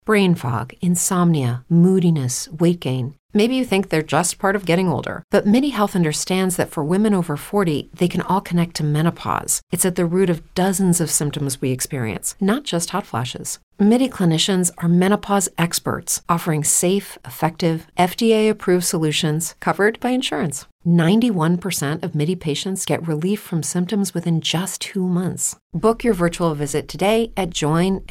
Brain fog, insomnia, moodiness, weight gain. Maybe you think they're just part of getting older, but MIDI Health understands that for women over 40, they can all connect to menopause. It's at the root of dozens of symptoms we experience, not just hot flashes. MIDI clinicians are menopause experts, offering safe, effective, FDA-approved solutions covered by insurance. 91% of MIDI patients get relief from symptoms within just 2 months. Book your virtual visit today at joinmidi.com.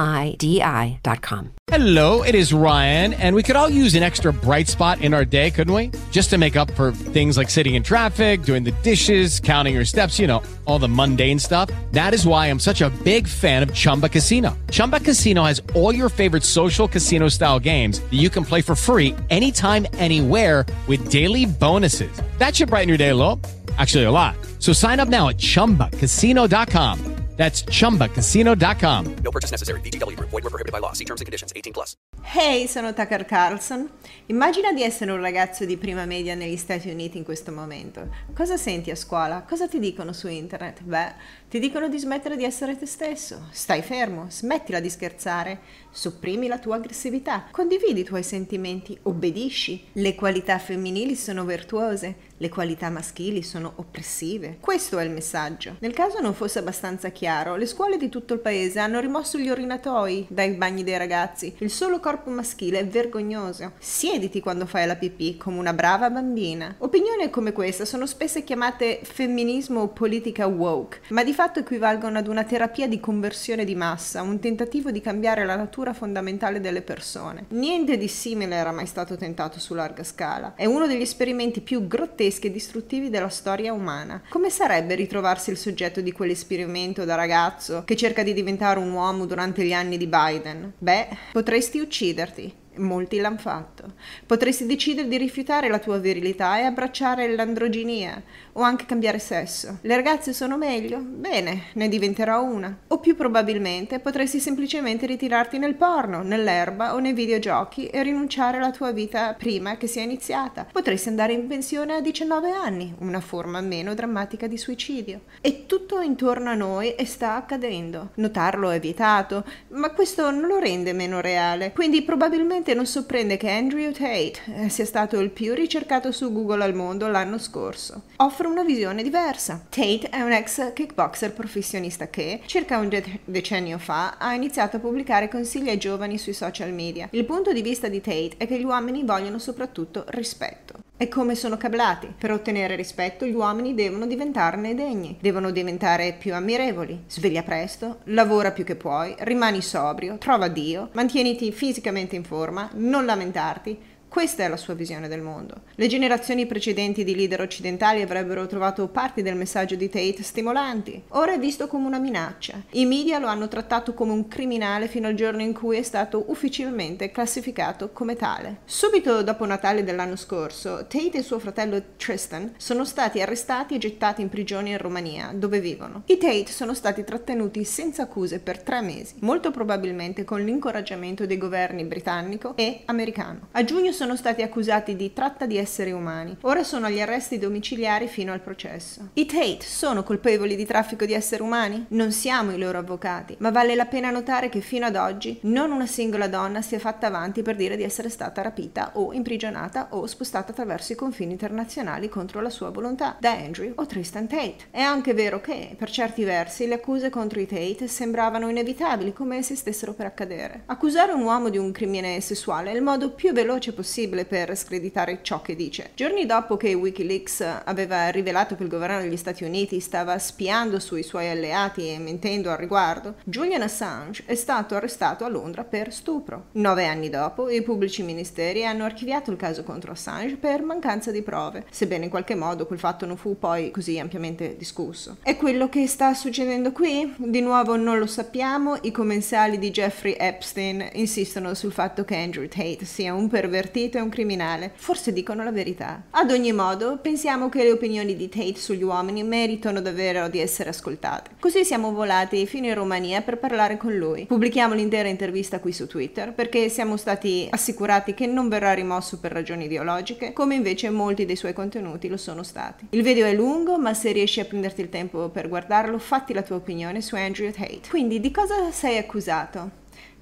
Hello, it is Ryan, and we could all use an extra bright spot in our day, couldn't we? Just to make up for things like sitting in traffic, doing the dishes, counting your steps, you know, all the mundane stuff. That is why I'm such a big fan of Chumba Casino. Chumba Casino has all your favorite social casino-style games that you can play for free anytime, anywhere with daily bonuses. That should brighten your day a little. Actually, a lot. So sign up now at ChumbaCasino.com. That's ChumbaCasino.com. No purchase necessary. VGW Group. Void where prohibited by law. See terms and conditions. 18+. Hey, sono Tucker Carlson. Immagina di essere un ragazzo di prima media negli Stati Uniti in questo momento. Cosa senti a scuola? Cosa ti dicono su internet? Beh, ti dicono di smettere di essere te stesso. Stai fermo, smettila di scherzare, sopprimi la tua aggressività, condividi i tuoi sentimenti, obbedisci. Le qualità femminili sono virtuose, le qualità maschili sono oppressive. Questo è il messaggio. Nel caso non fosse abbastanza chiaro, le scuole di tutto il paese hanno rimosso gli orinatoi dai bagni dei ragazzi. Il solo corpo maschile è vergognoso. Siediti quando fai la pipì come una brava bambina. Opinioni come questa sono spesso chiamate femminismo o politica woke, ma di fatto equivalgono ad una terapia di conversione di massa, un tentativo di cambiare la natura fondamentale delle persone. Niente di simile era mai stato tentato su larga scala. È uno degli esperimenti più grotteschi e distruttivi della storia umana. Come sarebbe ritrovarsi il soggetto di quell'esperimento da ragazzo che cerca di diventare un uomo durante gli anni di Biden? Beh, potresti ucciderti. Molti l'hanno fatto. Potresti decidere di rifiutare la tua virilità e abbracciare l'androginia, o anche cambiare sesso. Le ragazze sono meglio? Bene, ne diventerò una. O più probabilmente potresti semplicemente ritirarti nel porno, nell'erba o nei videogiochi e rinunciare alla tua vita prima che sia iniziata. Potresti andare in pensione a 19 anni, una forma meno drammatica di suicidio. E tutto intorno a noi sta accadendo. Notarlo è vietato, ma questo non lo rende meno reale. Quindi probabilmente non sorprende che Andrew Tate sia stato il più ricercato su Google al mondo l'anno scorso. Offre una visione diversa. Tate è un ex kickboxer professionista che, circa un decennio fa, ha iniziato a pubblicare consigli ai giovani sui social media. Il punto di vista di Tate è che gli uomini vogliono soprattutto rispetto. E come sono cablati? Per ottenere rispetto gli uomini devono diventarne degni, devono diventare più ammirevoli. Sveglia presto, lavora più che puoi, rimani sobrio, trova Dio, mantieniti fisicamente in forma, non lamentarti. Questa è la sua visione del mondo. Le generazioni precedenti di leader occidentali avrebbero trovato parti del messaggio di Tate stimolanti. Ora è visto come una minaccia. I media lo hanno trattato come un criminale fino al giorno in cui è stato ufficialmente classificato come tale. Subito dopo Natale dell'anno scorso, Tate e suo fratello Tristan sono stati arrestati e gettati in prigione in Romania, dove vivono. I Tate sono stati trattenuti senza accuse per 3 mesi, molto probabilmente con l'incoraggiamento dei governi britannico e americano. A giugno sono stati accusati di tratta di esseri umani. Ora sono agli arresti domiciliari fino al processo. I Tate sono colpevoli di traffico di esseri umani? Non siamo i loro avvocati, ma vale la pena notare che fino ad oggi non una singola donna si è fatta avanti per dire di essere stata rapita o imprigionata o spostata attraverso i confini internazionali contro la sua volontà da Andrew o Tristan Tate. È anche vero che, per certi versi, le accuse contro i Tate sembravano inevitabili, come se stessero per accadere. Accusare un uomo di un crimine sessuale è il modo più veloce possibile per screditare ciò che dice. Giorni dopo che WikiLeaks aveva rivelato che il governo degli Stati Uniti stava spiando sui suoi alleati e mentendo al riguardo, Julian Assange è stato arrestato a Londra per stupro. 9 anni dopo, i pubblici ministeri hanno archiviato il caso contro Assange per mancanza di prove, sebbene in qualche modo quel fatto non fu poi così ampiamente discusso. È quello che sta succedendo qui? Di nuovo non lo sappiamo. I commensali di Jeffrey Epstein insistono sul fatto che Andrew Tate sia un pervertito e un criminale. Forse dicono la verità. Ad ogni modo, pensiamo che le opinioni di Tate sugli uomini meritano davvero di essere ascoltate. Così siamo volati fino in Romania per parlare con lui. Pubblichiamo l'intera intervista qui su Twitter perché siamo stati assicurati che non verrà rimosso per ragioni ideologiche, come invece molti dei suoi contenuti lo sono stati. Il video è lungo, ma se riesci a prenderti il tempo per guardarlo, fatti la tua opinione su Andrew Tate. Quindi, di cosa sei accusato?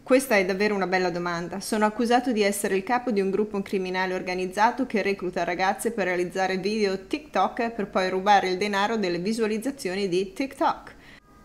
Questa è davvero una bella domanda. Sono accusato di essere il capo di un gruppo criminale organizzato che recluta ragazze per realizzare video TikTok per poi rubare il denaro delle visualizzazioni di TikTok.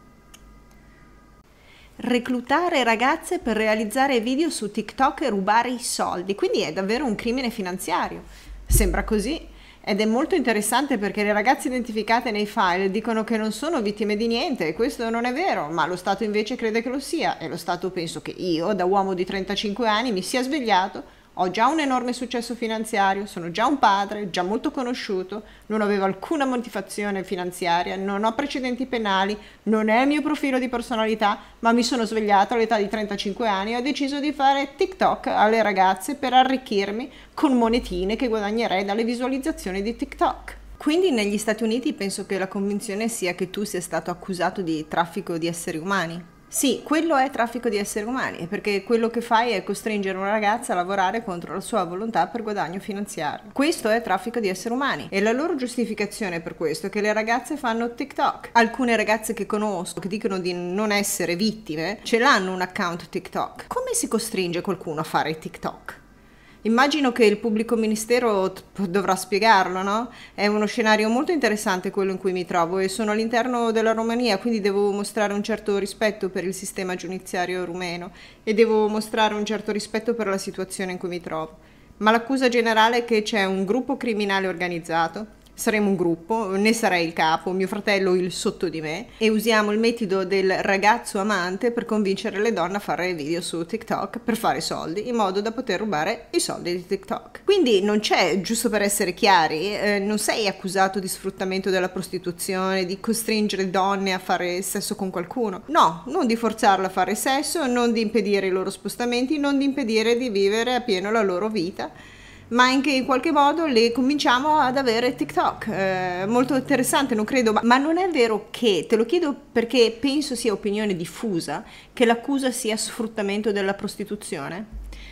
Reclutare ragazze per realizzare video su TikTok e rubare i soldi, quindi è davvero un crimine finanziario. Sembra così. Ed è molto interessante perché le ragazze identificate nei file dicono che non sono vittime di niente e questo non è vero, ma lo Stato invece crede che lo sia e lo Stato penso che io, da uomo di 35 anni, mi sia svegliato, ho già un enorme successo finanziario, sono già un padre, già molto conosciuto, non avevo alcuna motivazione finanziaria, non ho precedenti penali, non è il mio profilo di personalità, ma mi sono svegliato all'età di 35 anni e ho deciso di fare TikTok alle ragazze per arricchirmi con monetine che guadagnerei dalle visualizzazioni di TikTok. Quindi negli Stati Uniti penso che la convinzione sia che tu sia stato accusato di traffico di esseri umani. Sì, quello è traffico di esseri umani, perché quello che fai è costringere una ragazza a lavorare contro la sua volontà per guadagno finanziario. Questo è traffico di esseri umani e la loro giustificazione per questo è che le ragazze fanno TikTok. Alcune ragazze che conosco che dicono di non essere vittime ce l'hanno un account TikTok. Come si costringe qualcuno a fare TikTok? Immagino che il pubblico ministero dovrà spiegarlo, no? È uno scenario molto interessante quello in cui mi trovo e sono all'interno della Romania, quindi devo mostrare un certo rispetto per il sistema giudiziario rumeno e devo mostrare un certo rispetto per la situazione in cui mi trovo. Ma l'accusa generale è che c'è un gruppo criminale organizzato. Saremo un gruppo, ne sarei il capo, mio fratello il sotto di me e usiamo il metodo del ragazzo amante per convincere le donne a fare video su TikTok per fare soldi in modo da poter rubare i soldi di TikTok. Quindi non c'è, giusto per essere chiari, non sei accusato di sfruttamento della prostituzione, di costringere donne a fare sesso con qualcuno. No, non di forzarle a fare sesso, non di impedire i loro spostamenti, non di impedire di vivere a pieno la loro vita, ma anche in qualche modo le convinciamo ad avere TikTok. Molto interessante, non credo, ma non è vero che, te lo chiedo perché penso sia opinione diffusa, che l'accusa sia sfruttamento della prostituzione?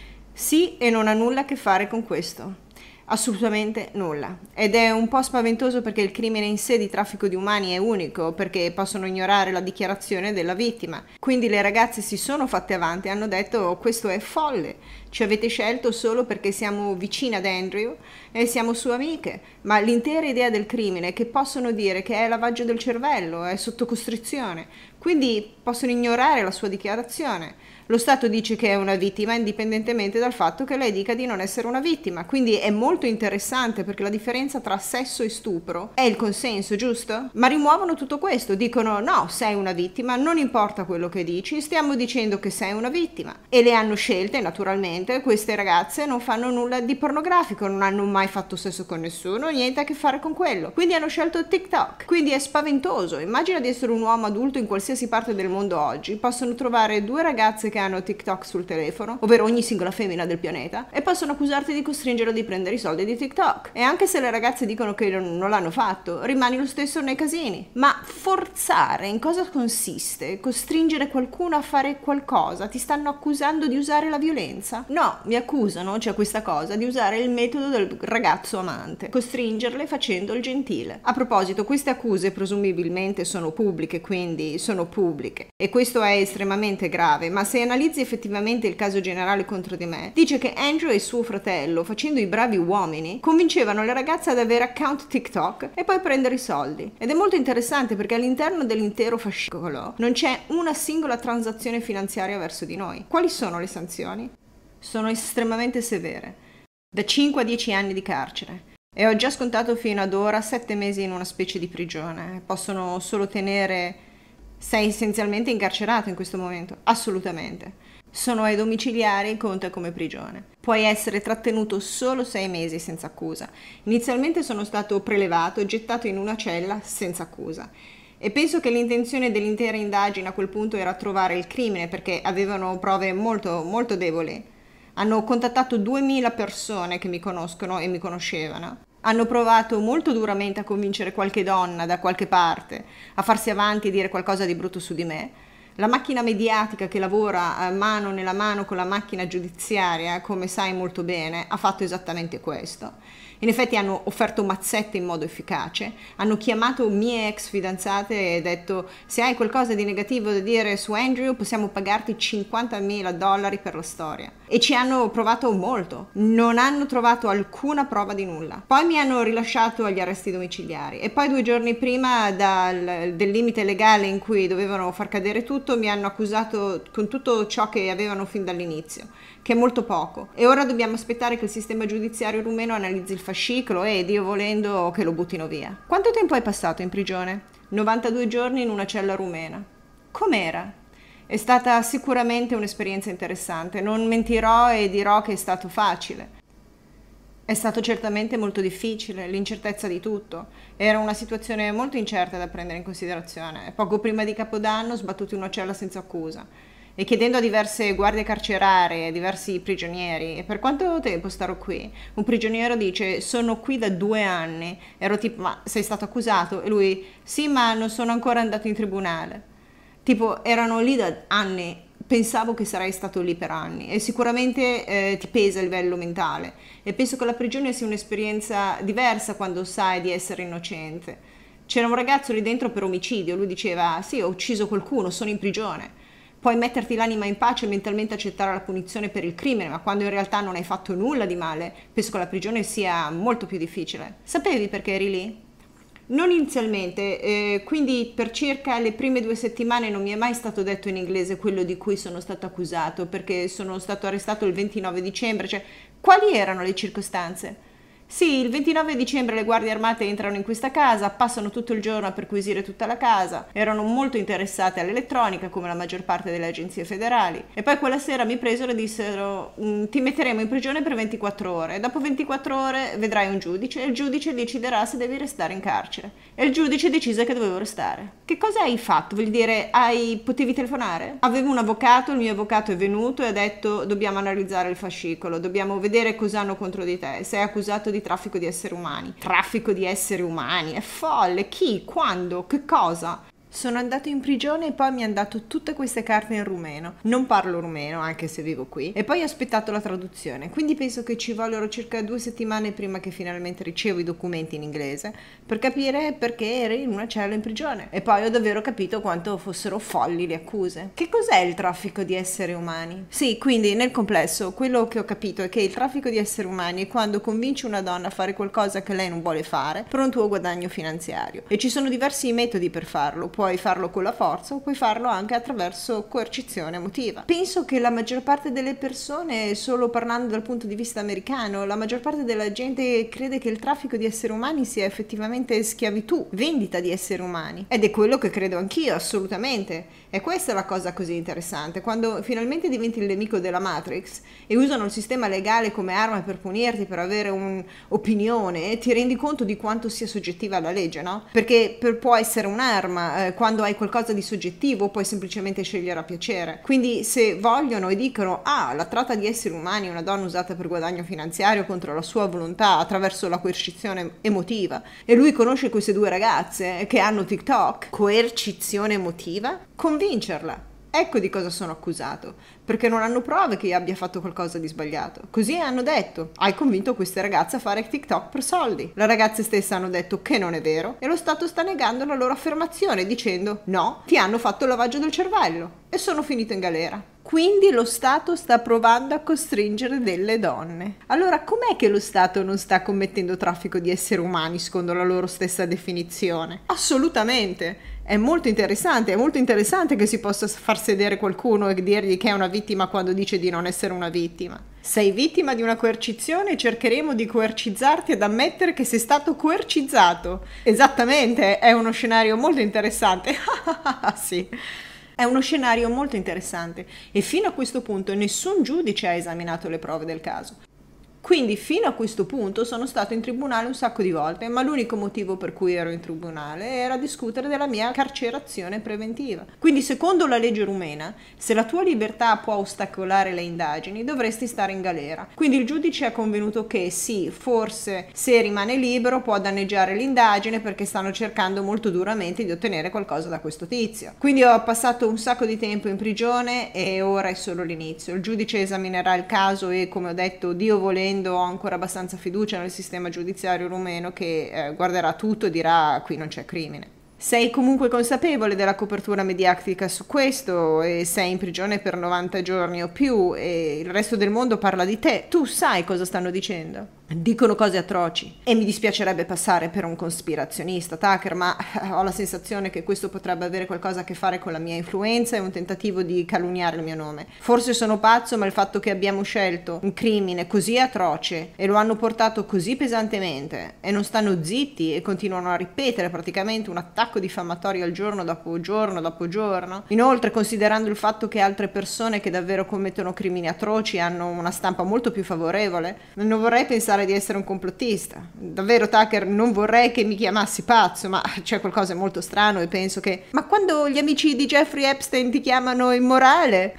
Sì, e non ha nulla a che fare con questo. Assolutamente nulla. Ed è un po' spaventoso perché il crimine in sé di traffico di umani è unico, perché possono ignorare la dichiarazione della vittima. Quindi le ragazze si sono fatte avanti e hanno detto: "Oh, questo è folle, ci avete scelto solo perché siamo vicine ad Andrew e siamo sue amiche". Ma l'intera idea del crimine è che possono dire che è lavaggio del cervello, è sotto costrizione, quindi possono ignorare la sua dichiarazione. Lo Stato dice che è una vittima indipendentemente dal fatto che lei dica di non essere una vittima, quindi è molto interessante perché la differenza tra sesso e stupro è il consenso, giusto? Ma rimuovono tutto questo, dicono: "No, sei una vittima, non importa quello che dici, stiamo dicendo che sei una vittima". E le hanno scelte, naturalmente, queste ragazze non fanno nulla di pornografico, non hanno mai fatto sesso con nessuno, niente a che fare con quello, quindi hanno scelto TikTok. Quindi è spaventoso. Immagina di essere un uomo adulto in qualsiasi parte del mondo oggi, possono trovare due ragazze che hanno TikTok sul telefono, ovvero ogni singola femmina del pianeta, e possono accusarti di costringerlo di prendere i soldi di TikTok. E anche se le ragazze dicono che non l'hanno fatto, rimani lo stesso nei casini. Ma forzare in cosa consiste? Costringere qualcuno a fare qualcosa? Ti stanno accusando di usare la violenza? No, mi accusano, c'è questa cosa, di usare il metodo del ragazzo amante, costringerle facendo il gentile. A proposito, queste accuse presumibilmente sono pubbliche, quindi sono pubbliche, e questo è estremamente grave, ma se analizzi effettivamente il caso generale contro di me, dice che Andrew e suo fratello, facendo i bravi uomini, convincevano le ragazze ad avere account TikTok e poi prendere i soldi. Ed è molto interessante perché all'interno dell'intero fascicolo non c'è una singola transazione finanziaria verso di noi. Quali sono le sanzioni? Sono estremamente severe, da 5 a 10 anni di carcere. E ho già scontato fino ad ora 7 mesi in una specie di prigione. Possono solo tenere... Sei essenzialmente incarcerato in questo momento, assolutamente. Sono ai domiciliari, conta come prigione. Puoi essere trattenuto solo 6 mesi senza accusa. Inizialmente sono stato prelevato e gettato in una cella senza accusa. E penso che l'intenzione dell'intera indagine a quel punto era trovare il crimine, perché avevano prove molto, molto deboli. Hanno contattato 2000 persone che mi conoscono e mi conoscevano. Hanno provato molto duramente a convincere qualche donna da qualche parte a farsi avanti e dire qualcosa di brutto su di me. La macchina mediatica che lavora mano nella mano con la macchina giudiziaria, come sai molto bene, ha fatto esattamente questo. In effetti hanno offerto mazzette in modo efficace, hanno chiamato mie ex fidanzate e detto: se hai qualcosa di negativo da dire su Andrew possiamo pagarti $50.000 per la storia. E ci hanno provato molto, non hanno trovato alcuna prova di nulla. Poi mi hanno rilasciato agli arresti domiciliari e poi 2 giorni prima del limite legale in cui dovevano far cadere tutto mi hanno accusato con tutto ciò che avevano fin dall'inizio, che è molto poco, e ora dobbiamo aspettare che il sistema giudiziario rumeno analizzi il fascicolo e, Dio volendo, che lo buttino via. Quanto tempo hai passato in prigione? 92 giorni in una cella rumena. Com'era? È stata sicuramente un'esperienza interessante, non mentirò e dirò che è stato facile. È stato certamente molto difficile, l'incertezza di tutto. Era una situazione molto incerta da prendere in considerazione. Poco prima di Capodanno sbattuti in una cella senza accusa e chiedendo a diverse guardie carcerarie, a diversi prigionieri: e per quanto tempo starò qui? Un prigioniero dice: sono qui da 2 anni. Ero tipo: ma sei stato accusato? E lui: sì, ma non sono ancora andato in tribunale. Tipo, erano lì da anni. Pensavo che sarei stato lì per anni e sicuramente ti pesa a livello mentale, e penso che la prigione sia un'esperienza diversa quando sai di essere innocente. C'era un ragazzo lì dentro per omicidio, lui diceva: sì, ho ucciso qualcuno, sono in prigione. Puoi metterti l'anima in pace e mentalmente accettare la punizione per il crimine, ma quando in realtà non hai fatto nulla di male, penso che la prigione sia molto più difficile. Sapevi perché eri lì? Non inizialmente, quindi per circa le prime 2 settimane non mi è mai stato detto in inglese quello di cui sono stato accusato, perché sono stato arrestato il 29 dicembre, cioè quali erano le circostanze? Sì, il 29 dicembre le guardie armate entrano in questa casa, passano tutto il giorno a perquisire tutta la casa, erano molto interessate all'elettronica come la maggior parte delle agenzie federali, e poi quella sera mi presero e dissero: ti metteremo in prigione per 24 ore e dopo 24 ore vedrai un giudice e il giudice deciderà se devi restare in carcere. E il giudice decise che dovevo restare. Che cosa hai fatto? Vuol dire, potevi telefonare? Avevo un avvocato, il mio avvocato è venuto e ha detto: dobbiamo analizzare il fascicolo, dobbiamo vedere cosa hanno contro di te, sei accusato di traffico di esseri umani. Traffico di esseri umani? È folle! Chi? Quando? Che cosa? Sono andato in prigione e poi mi hanno dato tutte queste carte in rumeno. Non parlo rumeno, anche se vivo qui. E poi ho aspettato la traduzione. Quindi penso che ci vollero circa 2 settimane prima che finalmente ricevo i documenti in inglese per capire perché eri in una cella in prigione. E poi ho davvero capito quanto fossero folli le accuse. Che cos'è il traffico di esseri umani? Sì, quindi nel complesso quello che ho capito è che il traffico di esseri umani è quando convinci una donna a fare qualcosa che lei non vuole fare per un tuo guadagno finanziario. E ci sono diversi metodi per farlo. Puoi farlo con la forza o puoi farlo anche attraverso coercizione emotiva. Penso che la maggior parte delle persone, solo parlando dal punto di vista americano, la maggior parte della gente crede che il traffico di esseri umani sia effettivamente schiavitù, vendita di esseri umani. Ed è quello che credo anch'io, assolutamente. E questa è la cosa così interessante, quando finalmente diventi il nemico della Matrix e usano il sistema legale come arma per punirti per avere un'opinione, ti rendi conto di quanto sia soggettiva la legge, no? Perché può essere un'arma, quando hai qualcosa di soggettivo puoi semplicemente scegliere a piacere. Quindi se vogliono e dicono: la tratta di esseri umani è una donna usata per guadagno finanziario contro la sua volontà attraverso la coercizione emotiva, e lui conosce queste 2 ragazze che hanno TikTok, coercizione emotiva, convincerla. Ecco di cosa sono accusato, perché non hanno prove che io abbia fatto qualcosa di sbagliato. Così hanno detto: hai convinto queste ragazze a fare TikTok per soldi. Le ragazze stesse hanno detto che non è vero e lo Stato sta negando la loro affermazione dicendo: no, ti hanno fatto il lavaggio del cervello, e sono finito in galera. Quindi lo Stato sta provando a costringere delle donne. Allora com'è che lo Stato non sta commettendo traffico di esseri umani secondo la loro stessa definizione? Assolutamente! È molto interessante che si possa far sedere qualcuno e dirgli che è una vittima quando dice di non essere una vittima. Sei vittima di una coercizione e cercheremo di coercizzarti ad ammettere che sei stato coercizzato. Esattamente, è uno scenario molto interessante. Sì. È uno scenario molto interessante e fino a questo punto nessun giudice ha esaminato le prove del caso. Quindi fino a questo punto sono stato in tribunale un sacco di volte, ma l'unico motivo per cui ero in tribunale era discutere della mia carcerazione preventiva. Quindi secondo la legge rumena, se la tua libertà può ostacolare le indagini, dovresti stare in galera. Quindi il giudice ha convenuto che sì, forse se rimane libero può danneggiare l'indagine perché stanno cercando molto duramente di ottenere qualcosa da questo tizio. Quindi ho passato un sacco di tempo in prigione e ora è solo l'inizio. Il giudice esaminerà il caso e, come ho detto, Dio volendo, ho ancora abbastanza fiducia nel sistema giudiziario rumeno che guarderà tutto e dirà qui non c'è crimine. Sei comunque consapevole della copertura mediatica su questo e sei in prigione per 90 giorni o più e il resto del mondo parla di te. Tu sai cosa stanno dicendo. Dicono cose atroci e mi dispiacerebbe passare per un cospirazionista, Tucker, ma ho la sensazione che questo potrebbe avere qualcosa a che fare con la mia influenza e un tentativo di calunniare il mio nome. Forse sono pazzo, ma il fatto che abbiamo scelto un crimine così atroce e lo hanno portato così pesantemente e non stanno zitti e continuano a ripetere praticamente un attacco diffamatorio al giorno dopo giorno dopo giorno. Inoltre, considerando il fatto che altre persone che davvero commettono crimini atroci hanno una stampa molto più favorevole, non vorrei pensare di essere un complottista. Davvero, Tucker, non vorrei che mi chiamassi pazzo, ma c'è qualcosa di molto strano e penso che... Ma quando gli amici di Jeffrey Epstein ti chiamano immorale?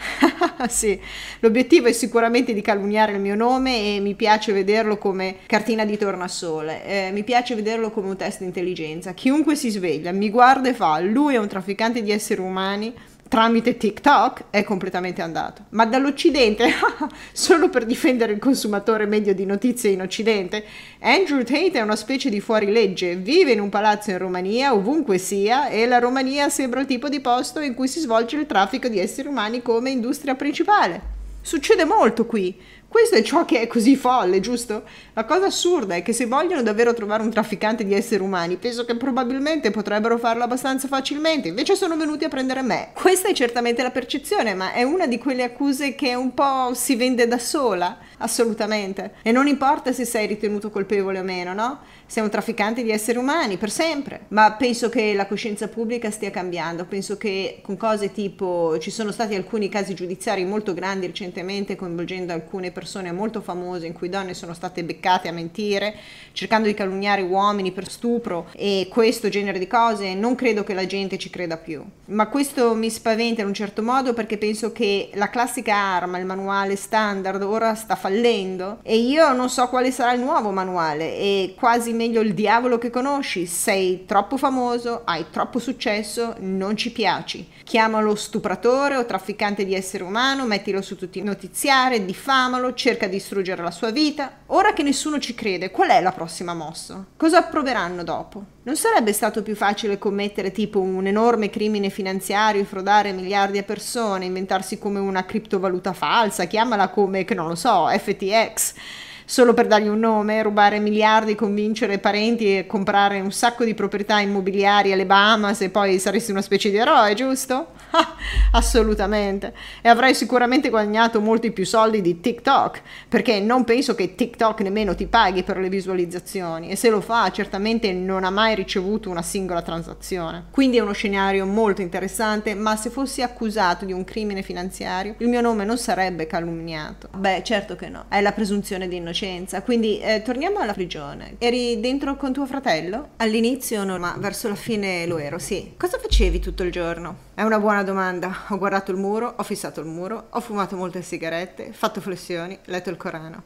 Sì, l'obiettivo è sicuramente di calunniare il mio nome e mi piace vederlo come cartina di tornasole. Mi piace vederlo come un test di intelligenza. Chiunque si sveglia, mi guarda e fa: lui è un trafficante di esseri umani tramite TikTok, è completamente andato. Ma dall'Occidente, solo per difendere il consumatore medio di notizie in Occidente, Andrew Tate è una specie di fuorilegge, vive in un palazzo in Romania, ovunque sia, e la Romania sembra il tipo di posto in cui si svolge il traffico di esseri umani come industria principale. Succede molto qui. Questo è ciò che è così folle, giusto? La cosa assurda è che se vogliono davvero trovare un trafficante di esseri umani, penso che probabilmente potrebbero farlo abbastanza facilmente, invece sono venuti a prendere me. Questa è certamente la percezione, ma è una di quelle accuse che un po' si vende da sola, assolutamente. E non importa se sei ritenuto colpevole o meno, no? Sei un trafficante di esseri umani, per sempre. Ma penso che la coscienza pubblica stia cambiando, penso che con cose tipo ci sono stati alcuni casi giudiziari molto grandi recentemente coinvolgendo alcune persone molto famose in cui donne sono state beccate a mentire, cercando di calunniare uomini per stupro e questo genere di cose, non credo che la gente ci creda più. Ma questo mi spaventa in un certo modo perché penso che la classica arma, il manuale standard, ora sta fallendo e io non so quale sarà il nuovo manuale e quasi meglio il diavolo che conosci. Sei troppo famoso, hai troppo successo, non ci piaci. Chiamalo stupratore o trafficante di essere umano, mettilo su tutti i notiziari, diffamalo, cerca di distruggere la sua vita. Ora che nessuno ci crede, qual è la prossima mossa? Cosa approveranno dopo? Non sarebbe stato più facile commettere tipo un enorme crimine finanziario, frodare miliardi a persone, inventarsi come una criptovaluta falsa, chiamala come, che non lo so, FTX, solo per dargli un nome, rubare miliardi, convincere parenti e comprare un sacco di proprietà immobiliari alle Bahamas e poi saresti una specie di eroe, giusto? Assolutamente. E avrai sicuramente guadagnato molti più soldi di TikTok, perché non penso che TikTok nemmeno ti paghi per le visualizzazioni e se lo fa certamente non ha mai ricevuto una singola transazione. Quindi è uno scenario molto interessante, ma se fossi accusato di un crimine finanziario il mio nome non sarebbe calunniato. Beh, certo che no, è la presunzione di innocenza. Quindi torniamo alla prigione. Eri dentro con tuo fratello? All'inizio no, ma verso la fine lo ero, sì. Cosa facevi tutto il giorno? È una buona domanda. Ho guardato il muro, ho fissato il muro, ho fumato molte sigarette, fatto flessioni, letto il Corano.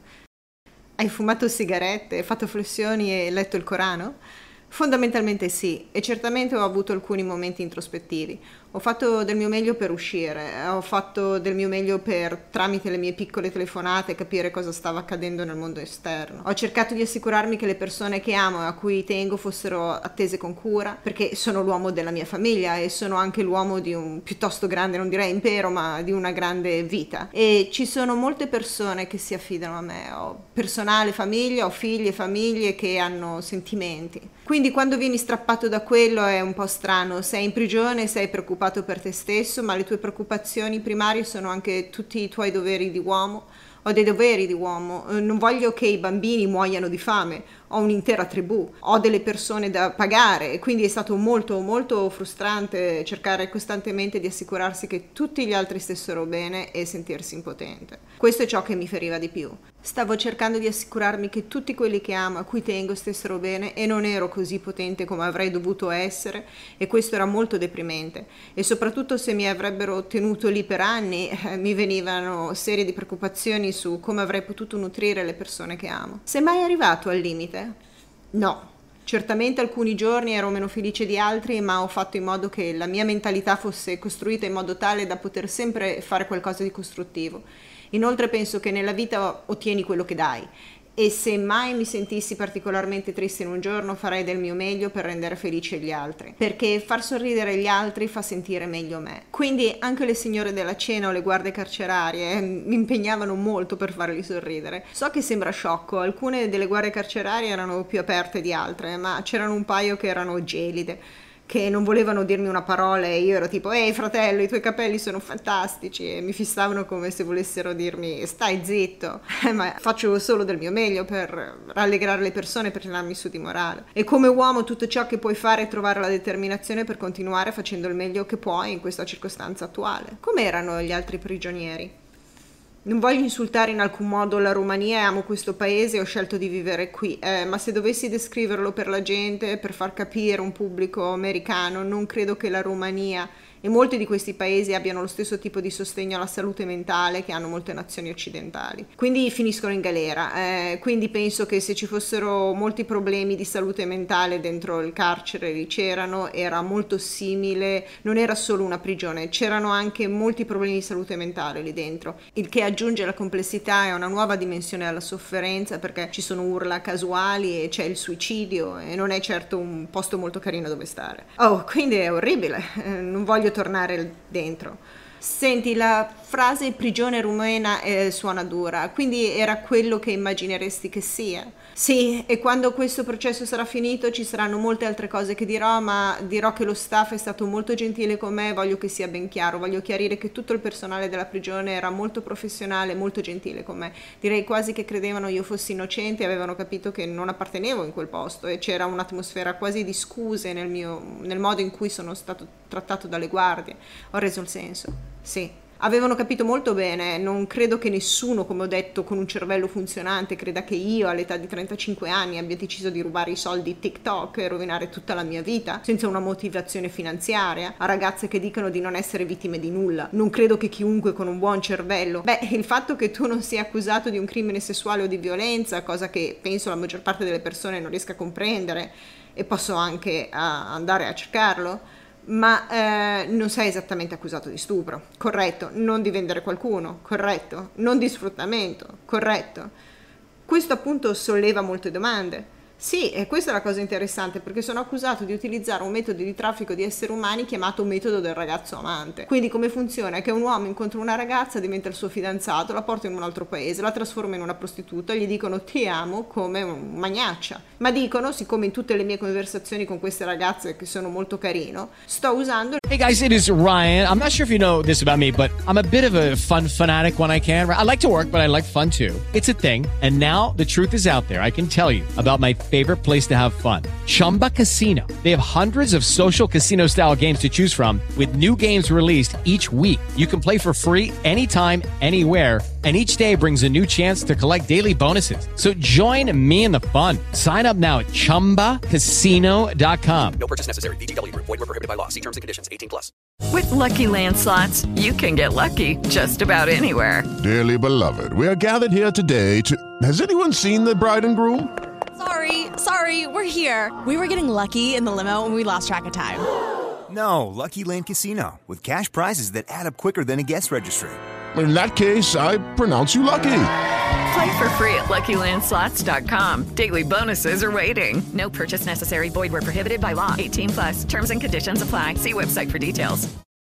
Hai fumato sigarette, fatto flessioni e letto il Corano? Fondamentalmente sì, e certamente ho avuto alcuni momenti introspettivi. Ho fatto del mio meglio per uscire, ho fatto del mio meglio per, tramite le mie piccole telefonate, capire cosa stava accadendo nel mondo esterno. Ho cercato di assicurarmi che le persone che amo e a cui tengo fossero attese con cura, perché sono l'uomo della mia famiglia e sono anche l'uomo di un piuttosto grande, non direi impero, ma di una grande vita. E ci sono molte persone che si affidano a me, ho personale, famiglia, ho figli e famiglie che hanno sentimenti. Quindi quando vieni strappato da quello è un po' strano, sei in prigione, sei preoccupato per te stesso, ma le tue preoccupazioni primarie sono anche tutti i tuoi doveri di uomo. Ho dei doveri di uomo, non voglio che i bambini muoiano di fame, ho un'intera tribù, ho delle persone da pagare, e quindi è stato molto molto frustrante cercare costantemente di assicurarsi che tutti gli altri stessero bene e sentirsi impotente. Questo è ciò che mi feriva di più. Stavo cercando di assicurarmi che tutti quelli che amo, a cui tengo, stessero bene, e non ero così potente come avrei dovuto essere, e questo era molto deprimente. E soprattutto se mi avrebbero tenuto lì per anni, mi venivano serie di preoccupazioni su come avrei potuto nutrire le persone che amo. Sei mai arrivato al limite? No. Certamente alcuni giorni ero meno felice di altri, ma ho fatto in modo che la mia mentalità fosse costruita in modo tale da poter sempre fare qualcosa di costruttivo. Inoltre penso che nella vita ottieni quello che dai, e se mai mi sentissi particolarmente triste in un giorno farei del mio meglio per rendere felici gli altri, perché far sorridere gli altri fa sentire meglio me. Quindi anche le signore della cena o le guardie carcerarie mi impegnavano molto per farli sorridere. So che sembra sciocco, alcune delle guardie carcerarie erano più aperte di altre, ma c'erano un paio che erano gelide, che non volevano dirmi una parola, e io ero tipo ehi fratello, i tuoi capelli sono fantastici, e mi fissavano come se volessero dirmi stai zitto, ma faccio solo del mio meglio per rallegrare le persone, per tirarmi su di morale. E come uomo tutto ciò che puoi fare è trovare la determinazione per continuare facendo il meglio che puoi in questa circostanza attuale. Come erano gli altri prigionieri? Non voglio insultare in alcun modo la Romania, amo questo paese e ho scelto di vivere qui, ma se dovessi descriverlo per la gente, per far capire un pubblico americano, non credo che la Romania e molti di questi paesi abbiano lo stesso tipo di sostegno alla salute mentale che hanno molte nazioni occidentali. Quindi finiscono in galera, quindi penso che se ci fossero molti problemi di salute mentale dentro il carcere, lì c'erano, era molto simile, non era solo una prigione, c'erano anche molti problemi di salute mentale lì dentro, il che aggiunge la complessità e una nuova dimensione alla sofferenza, perché ci sono urla casuali e c'è il suicidio e non è certo un posto molto carino dove stare. Oh, quindi è orribile, non voglio tornare dentro. Senti, la frase prigione rumena suona dura, quindi era quello che immagineresti che sia? Sì, e quando questo processo sarà finito ci saranno molte altre cose che dirò, ma dirò che lo staff è stato molto gentile con me, voglio che sia ben chiaro, voglio chiarire che tutto il personale della prigione era molto professionale, molto gentile con me. Direi quasi che credevano io fossi innocente e avevano capito che non appartenevo in quel posto, e c'era un'atmosfera quasi di scuse nel modo in cui sono stato trattato dalle guardie. Ho reso il senso. Sì, avevano capito molto bene, non credo che nessuno, come ho detto, con un cervello funzionante creda che io all'età di 35 anni abbia deciso di rubare i soldi TikTok e rovinare tutta la mia vita senza una motivazione finanziaria a ragazze che dicono di non essere vittime di nulla. Non credo che chiunque con un buon cervello, il fatto che tu non sia accusato di un crimine sessuale o di violenza, cosa che penso la maggior parte delle persone non riesca a comprendere, e posso anche andare a cercarlo, ma non sei esattamente accusato di stupro, corretto, non di vendere qualcuno, corretto, non di sfruttamento, corretto. Questo appunto solleva molte domande. Sì, e questa è la cosa interessante, perché sono accusato di utilizzare un metodo di traffico di esseri umani chiamato metodo del ragazzo amante. Quindi come funziona? Che un uomo incontra una ragazza, diventa il suo fidanzato, la porta in un altro paese, la trasforma in una prostituta, gli dicono ti amo come un magnaccia. Ma dicono, siccome in tutte le mie conversazioni con queste ragazze che sono molto carino, sto usando... Hey guys, it is Ryan. I'm not sure if you know this about me, but I'm a bit of a fun fanatic when I can. I like to work, but I like fun too. It's a thing. And now the truth is out there. I can tell you about my favorite place to have fun. Chumba Casino. They have hundreds of social casino style games to choose from with new games released each week. You can play for free anytime, anywhere, and each day brings a new chance to collect daily bonuses. So join me in the fun. Sign up now at ChumbaCasino.com. No purchase necessary. VGW Group. Void where prohibited by law. See terms and conditions. 18+. With Lucky Land Slots, you can get lucky just about anywhere. Dearly beloved, we are gathered here today to... Has anyone seen the bride and groom? Sorry, we're here. We were getting lucky in the limo and we lost track of time. No, Lucky Land Casino, with cash prizes that add up quicker than a guest registry. In that case, I pronounce you lucky. Play for free at LuckyLandSlots.com. Daily bonuses are waiting. No purchase necessary. Void where prohibited by law. 18+. Terms and conditions apply. See website for details.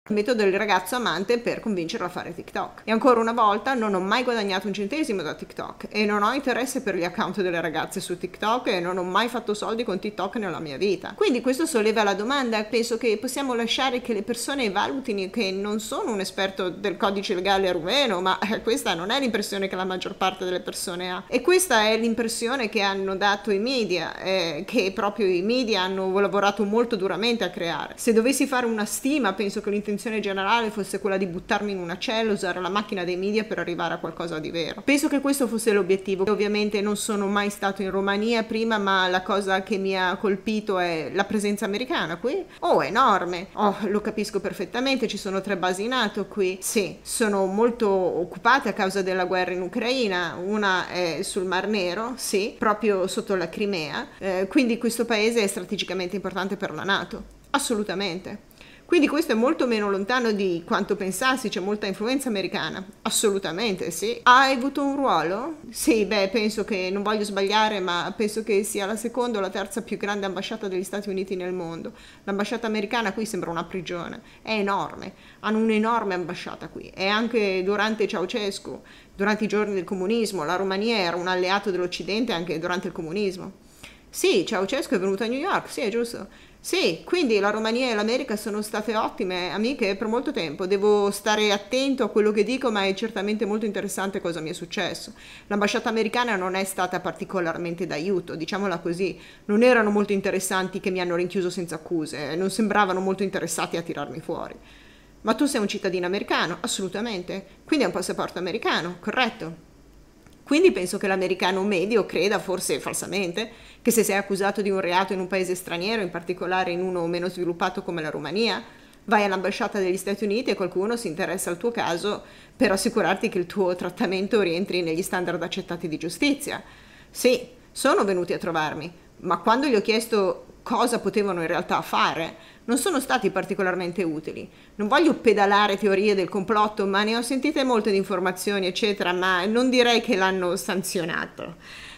il metodo del ragazzo amante per convincerlo a fare TikTok. E ancora una volta non ho mai guadagnato un centesimo da TikTok e non ho interesse per gli account delle ragazze su TikTok e non ho mai fatto soldi con TikTok nella mia vita. Quindi questo solleva la domanda, penso che possiamo lasciare che le persone valutino, che non sono un esperto del codice legale rumeno, ma questa non è l'impressione che la maggior parte delle persone ha, e questa è l'impressione che hanno dato i media, che proprio i media hanno lavorato molto duramente a creare. Se dovessi fare una stima, penso che l'intenzione generale fosse quella di buttarmi in una cella, usare la macchina dei media per arrivare a qualcosa di vero. Penso che questo fosse l'obiettivo. Ovviamente non sono mai stato in Romania prima, ma la cosa che mi ha colpito è la presenza americana qui. Oh, è enorme. Oh, lo capisco perfettamente, ci sono 3 basi NATO qui. Sì, sono molto occupate a causa della guerra in Ucraina, una è sul Mar Nero, sì, proprio sotto la Crimea, quindi questo paese è strategicamente importante per la NATO, assolutamente. Quindi questo è molto meno lontano di quanto pensassi, c'è molta influenza americana, assolutamente sì. Ha avuto un ruolo? Sì, penso che, non voglio sbagliare, ma penso che sia la seconda o la terza più grande ambasciata degli Stati Uniti nel mondo. L'ambasciata americana qui sembra una prigione, è enorme, hanno un'enorme ambasciata qui, e anche durante Ceausescu, durante i giorni del comunismo, la Romania era un alleato dell'Occidente anche durante il comunismo. Sì, Ceausescu è venuto a New York, sì, è giusto. Sì, quindi la Romania e l'America sono state ottime amiche per molto tempo. Devo stare attento a quello che dico, ma è certamente molto interessante cosa mi è successo. L'ambasciata americana non è stata particolarmente d'aiuto, diciamola così. Non erano molto interessanti che mi hanno rinchiuso senza accuse, non sembravano molto interessati a tirarmi fuori. Ma tu sei un cittadino americano? Assolutamente. Quindi hai un passaporto americano, corretto? Quindi penso che l'americano medio creda, forse falsamente, che se sei accusato di un reato in un paese straniero, in particolare in uno meno sviluppato come la Romania, vai all'ambasciata degli Stati Uniti e qualcuno si interessa al tuo caso per assicurarti che il tuo trattamento rientri negli standard accettati di giustizia. Sì, sono venuti a trovarmi, ma quando gli ho chiesto cosa potevano in realtà fare, non sono stati particolarmente utili. Non voglio pedalare teorie del complotto, ma ne ho sentite molte di informazioni, eccetera, ma non direi che l'hanno sanzionato.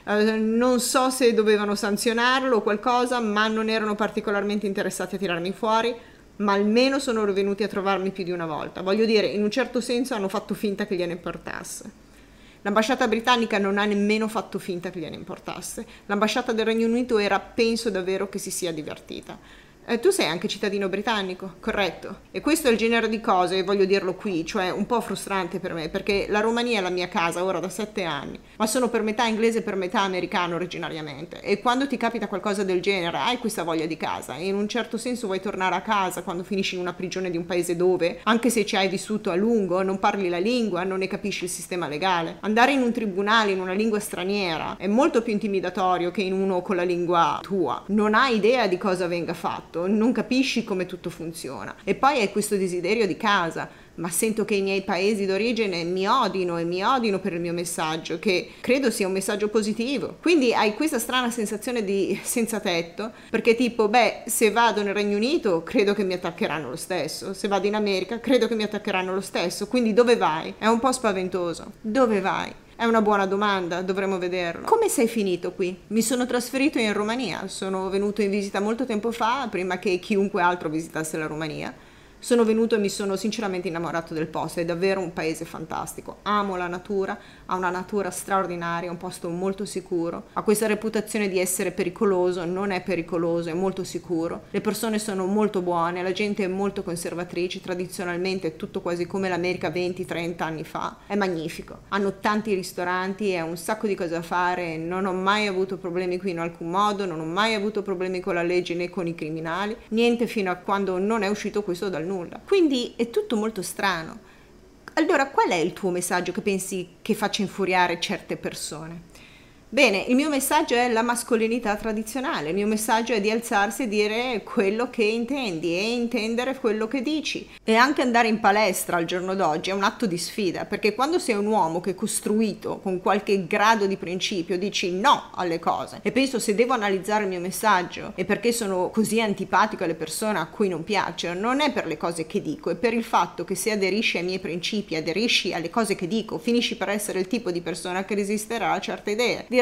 Non so se dovevano sanzionarlo o qualcosa, ma non erano particolarmente interessati a tirarmi fuori, ma almeno sono venuti a trovarmi più di una volta. Voglio dire, in un certo senso hanno fatto finta che gliene importasse. L'ambasciata britannica non ha nemmeno fatto finta che gliene importasse. L'ambasciata del Regno Unito penso davvero che si sia divertita. Tu sei anche cittadino britannico, corretto? E questo è il genere di cose, voglio dirlo qui, cioè un po' frustrante per me, perché la Romania è la mia casa ora da 7 anni, ma sono per metà inglese e per metà americano originariamente, e quando ti capita qualcosa del genere hai questa voglia di casa, e in un certo senso vuoi tornare a casa quando finisci in una prigione di un paese dove, anche se ci hai vissuto a lungo, non parli la lingua, non ne capisci il sistema legale. Andare in un tribunale in una lingua straniera è molto più intimidatorio che in uno con la lingua tua. Non hai idea di cosa venga fatto, non capisci come tutto funziona, e poi hai questo desiderio di casa, ma sento che i miei paesi d'origine mi odino per il mio messaggio, che credo sia un messaggio positivo. Quindi hai questa strana sensazione di senza tetto, perché tipo, se vado nel Regno Unito credo che mi attaccheranno lo stesso, se vado in America credo che mi attaccheranno lo stesso, quindi dove vai? È un po' spaventoso. Dove vai? È una buona domanda, dovremo vederlo. Come sei finito qui? Mi sono trasferito in Romania, sono venuto in visita molto tempo fa, prima che chiunque altro visitasse la Romania. Sono venuto e mi sono sinceramente innamorato del posto, è davvero un paese fantastico. Amo la natura, ha una natura straordinaria, un posto molto sicuro, ha questa reputazione di essere pericoloso, non è pericoloso, è molto sicuro. Le persone sono molto buone, la gente è molto conservatrice, tradizionalmente è tutto quasi come l'America 20-30 anni fa. È magnifico, hanno tanti ristoranti, è un sacco di cose da fare, non ho mai avuto problemi qui in alcun modo, non ho mai avuto problemi con la legge né con i criminali, niente fino a quando non è uscito questo dal nulla. Quindi è tutto molto strano. Allora, qual è il tuo messaggio che pensi che faccia infuriare certe persone? Bene, il mio messaggio è la mascolinità tradizionale, il mio messaggio è di alzarsi e dire quello che intendi e intendere quello che dici. E anche andare in palestra al giorno d'oggi è un atto di sfida, perché quando sei un uomo che è costruito con qualche grado di principio dici no alle cose. E penso, se devo analizzare il mio messaggio e perché sono così antipatico alle persone a cui non piaccio, non è per le cose che dico, è per il fatto che se aderisci ai miei principi, aderisci alle cose che dico, finisci per essere il tipo di persona che resisterà a certe idee.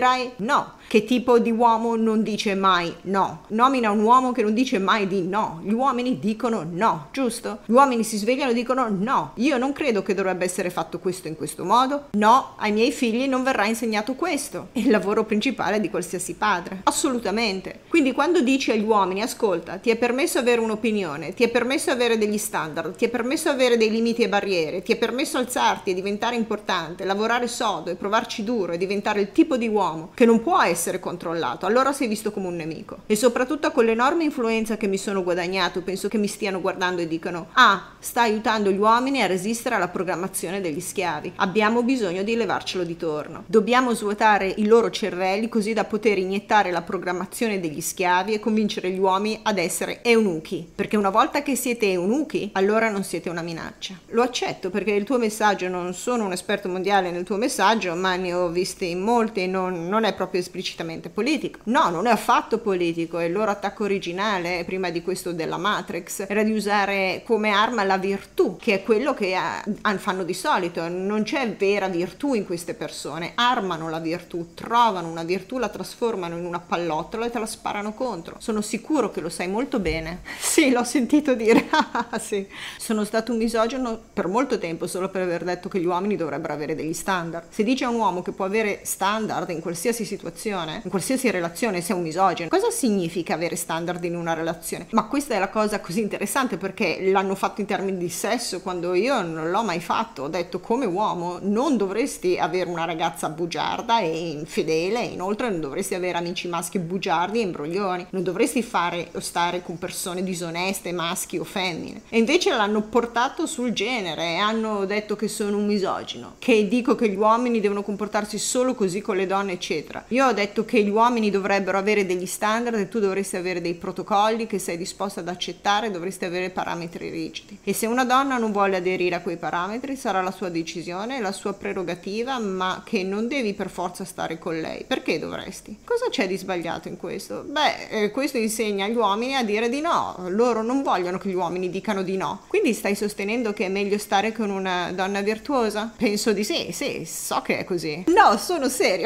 dirai no. Che tipo di uomo non dice mai no? Nomina un uomo che non dice mai di no. Gli uomini dicono no, giusto? Gli uomini si svegliano e dicono no, io non credo che dovrebbe essere fatto questo in questo modo. No, ai miei figli non verrà insegnato questo. È il lavoro principale di qualsiasi padre. Assolutamente. Quindi quando dici agli uomini, ascolta, ti è permesso avere un'opinione, ti è permesso avere degli standard, ti è permesso avere dei limiti e barriere, ti è permesso alzarti e diventare importante, lavorare sodo e provarci duro e diventare il tipo di uomo che non può essere controllato, allora sei visto come un nemico. E soprattutto con l'enorme influenza che mi sono guadagnato, penso che mi stiano guardando e dicano: ah, sta aiutando gli uomini a resistere alla programmazione degli schiavi, abbiamo bisogno di levarcelo di torno, dobbiamo svuotare i loro cervelli così da poter iniettare la programmazione degli schiavi e convincere gli uomini ad essere eunuchi, perché una volta che siete eunuchi allora non siete una minaccia. Lo accetto, perché il tuo messaggio, non sono un esperto mondiale nel tuo messaggio, ma ne ho visti in molti, non è proprio esplicitamente politico. No, non è affatto politico. Il loro attacco originale, prima di questo della Matrix, era di usare come arma la virtù, che è quello che fanno di solito. Non c'è vera virtù in queste persone. Armano la virtù, trovano una virtù, la trasformano in una pallottola e te la sparano contro. Sono sicuro che lo sai molto bene. Sì, l'ho sentito dire. Sì. Sono stato un misogino per molto tempo solo per aver detto che gli uomini dovrebbero avere degli standard. Se dice a un uomo che può avere standard in qualsiasi situazione, in qualsiasi relazione, sei un misogino. Cosa significa avere standard in una relazione? Ma questa è la cosa così interessante, perché l'hanno fatto in termini di sesso, quando io non l'ho mai fatto. Ho detto, come uomo non dovresti avere una ragazza bugiarda e infedele, inoltre non dovresti avere amici maschi bugiardi e imbroglioni, non dovresti fare o stare con persone disoneste, maschi o femmine. E invece l'hanno portato sul genere e hanno detto che sono un misogino, che dico che gli uomini devono comportarsi solo così con le donne, eccetera. Io ho detto che gli uomini dovrebbero avere degli standard e tu dovresti avere dei protocolli che sei disposto ad accettare, dovresti avere parametri rigidi. E se una donna non vuole aderire a quei parametri sarà la sua decisione, la sua prerogativa, ma che non devi per forza stare con lei. Perché dovresti? Cosa c'è di sbagliato in questo? Beh, questo insegna agli uomini a dire di no. Loro non vogliono che gli uomini dicano di no. Quindi stai sostenendo che è meglio stare con una donna virtuosa? Penso di sì, so che è così. No, sono serio.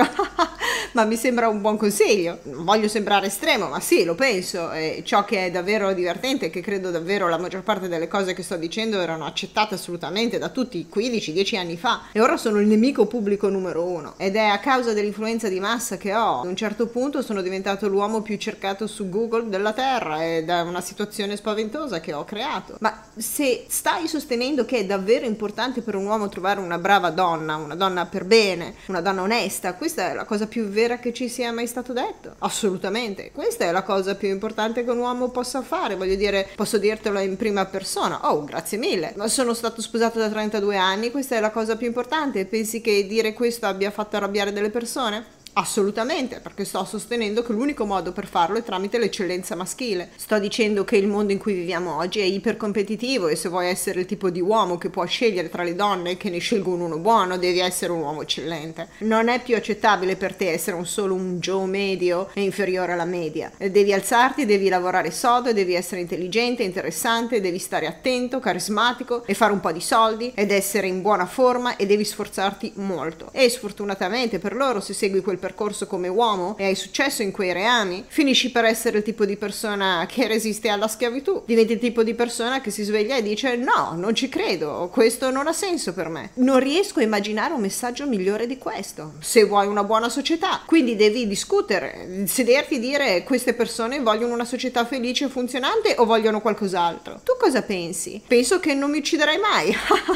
Ma mi sembra un buon consiglio. Non voglio sembrare estremo, ma sì, lo penso. E ciò che è davvero divertente è che credo davvero la maggior parte delle cose che sto dicendo erano accettate assolutamente da tutti 15-10 anni fa e ora sono il nemico pubblico numero 1, ed è a causa dell'influenza di massa che ho. Ad un certo punto sono diventato l'uomo più cercato su Google della Terra, ed è una situazione spaventosa che ho creato. Ma se stai sostenendo che è davvero importante per un uomo trovare una brava donna, una donna per bene, una donna onesta, questa è la cosa più vera che ci sia mai stato detto. Assolutamente, questa è la cosa più importante che un uomo possa fare. Voglio dire, posso dirtelo in prima persona. Oh, grazie mille, ma sono stato sposato da 32 anni, questa è la cosa più importante. Pensi che dire questo abbia fatto arrabbiare delle persone? Assolutamente, perché sto sostenendo che l'unico modo per farlo è tramite l'eccellenza maschile. Sto dicendo che il mondo in cui viviamo oggi è ipercompetitivo e se vuoi essere il tipo di uomo che può scegliere tra le donne e che ne scelgono uno buono, devi essere un uomo eccellente. Non è più accettabile per te essere solo un Joe medio e inferiore alla media. Devi alzarti, devi lavorare sodo, devi essere intelligente, interessante, devi stare attento, carismatico e fare un po' di soldi ed essere in buona forma, e devi sforzarti molto. E sfortunatamente per loro, se segui quel percorso come uomo e hai successo in quei reami, finisci per essere il tipo di persona che resiste alla schiavitù. Diventi il tipo di persona che si sveglia e dice: no, non ci credo, questo non ha senso per me. Non riesco a immaginare un messaggio migliore di questo. Se vuoi una buona società, quindi devi discutere, sederti e dire: queste persone vogliono una società felice e funzionante o vogliono qualcos'altro? Tu cosa pensi? Penso che non mi ucciderai mai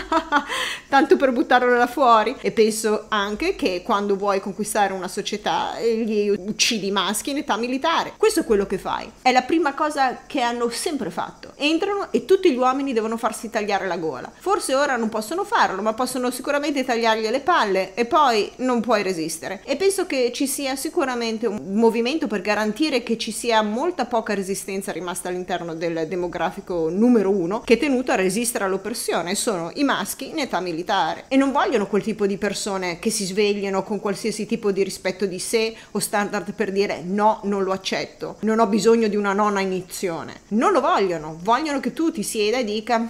tanto per buttarlo là fuori. E penso anche che quando vuoi conquistare una società gli uccidi i maschi in età militare. Questo è quello che fai. È la prima cosa che hanno sempre fatto. Entrano e tutti gli uomini devono farsi tagliare la gola. Forse ora non possono farlo, ma possono sicuramente tagliargli le palle e poi non puoi resistere. E penso che ci sia sicuramente un movimento per garantire che ci sia molta poca resistenza rimasta all'interno del demografico numero 1 che è tenuto a resistere all'oppressione. Sono i maschi in età militare e non vogliono quel tipo di persone che si svegliano con qualsiasi tipo di rispetto rispetto di sé o standard per dire no, non lo accetto, non ho bisogno di una nona iniezione. Non lo vogliono che tu ti sieda e dica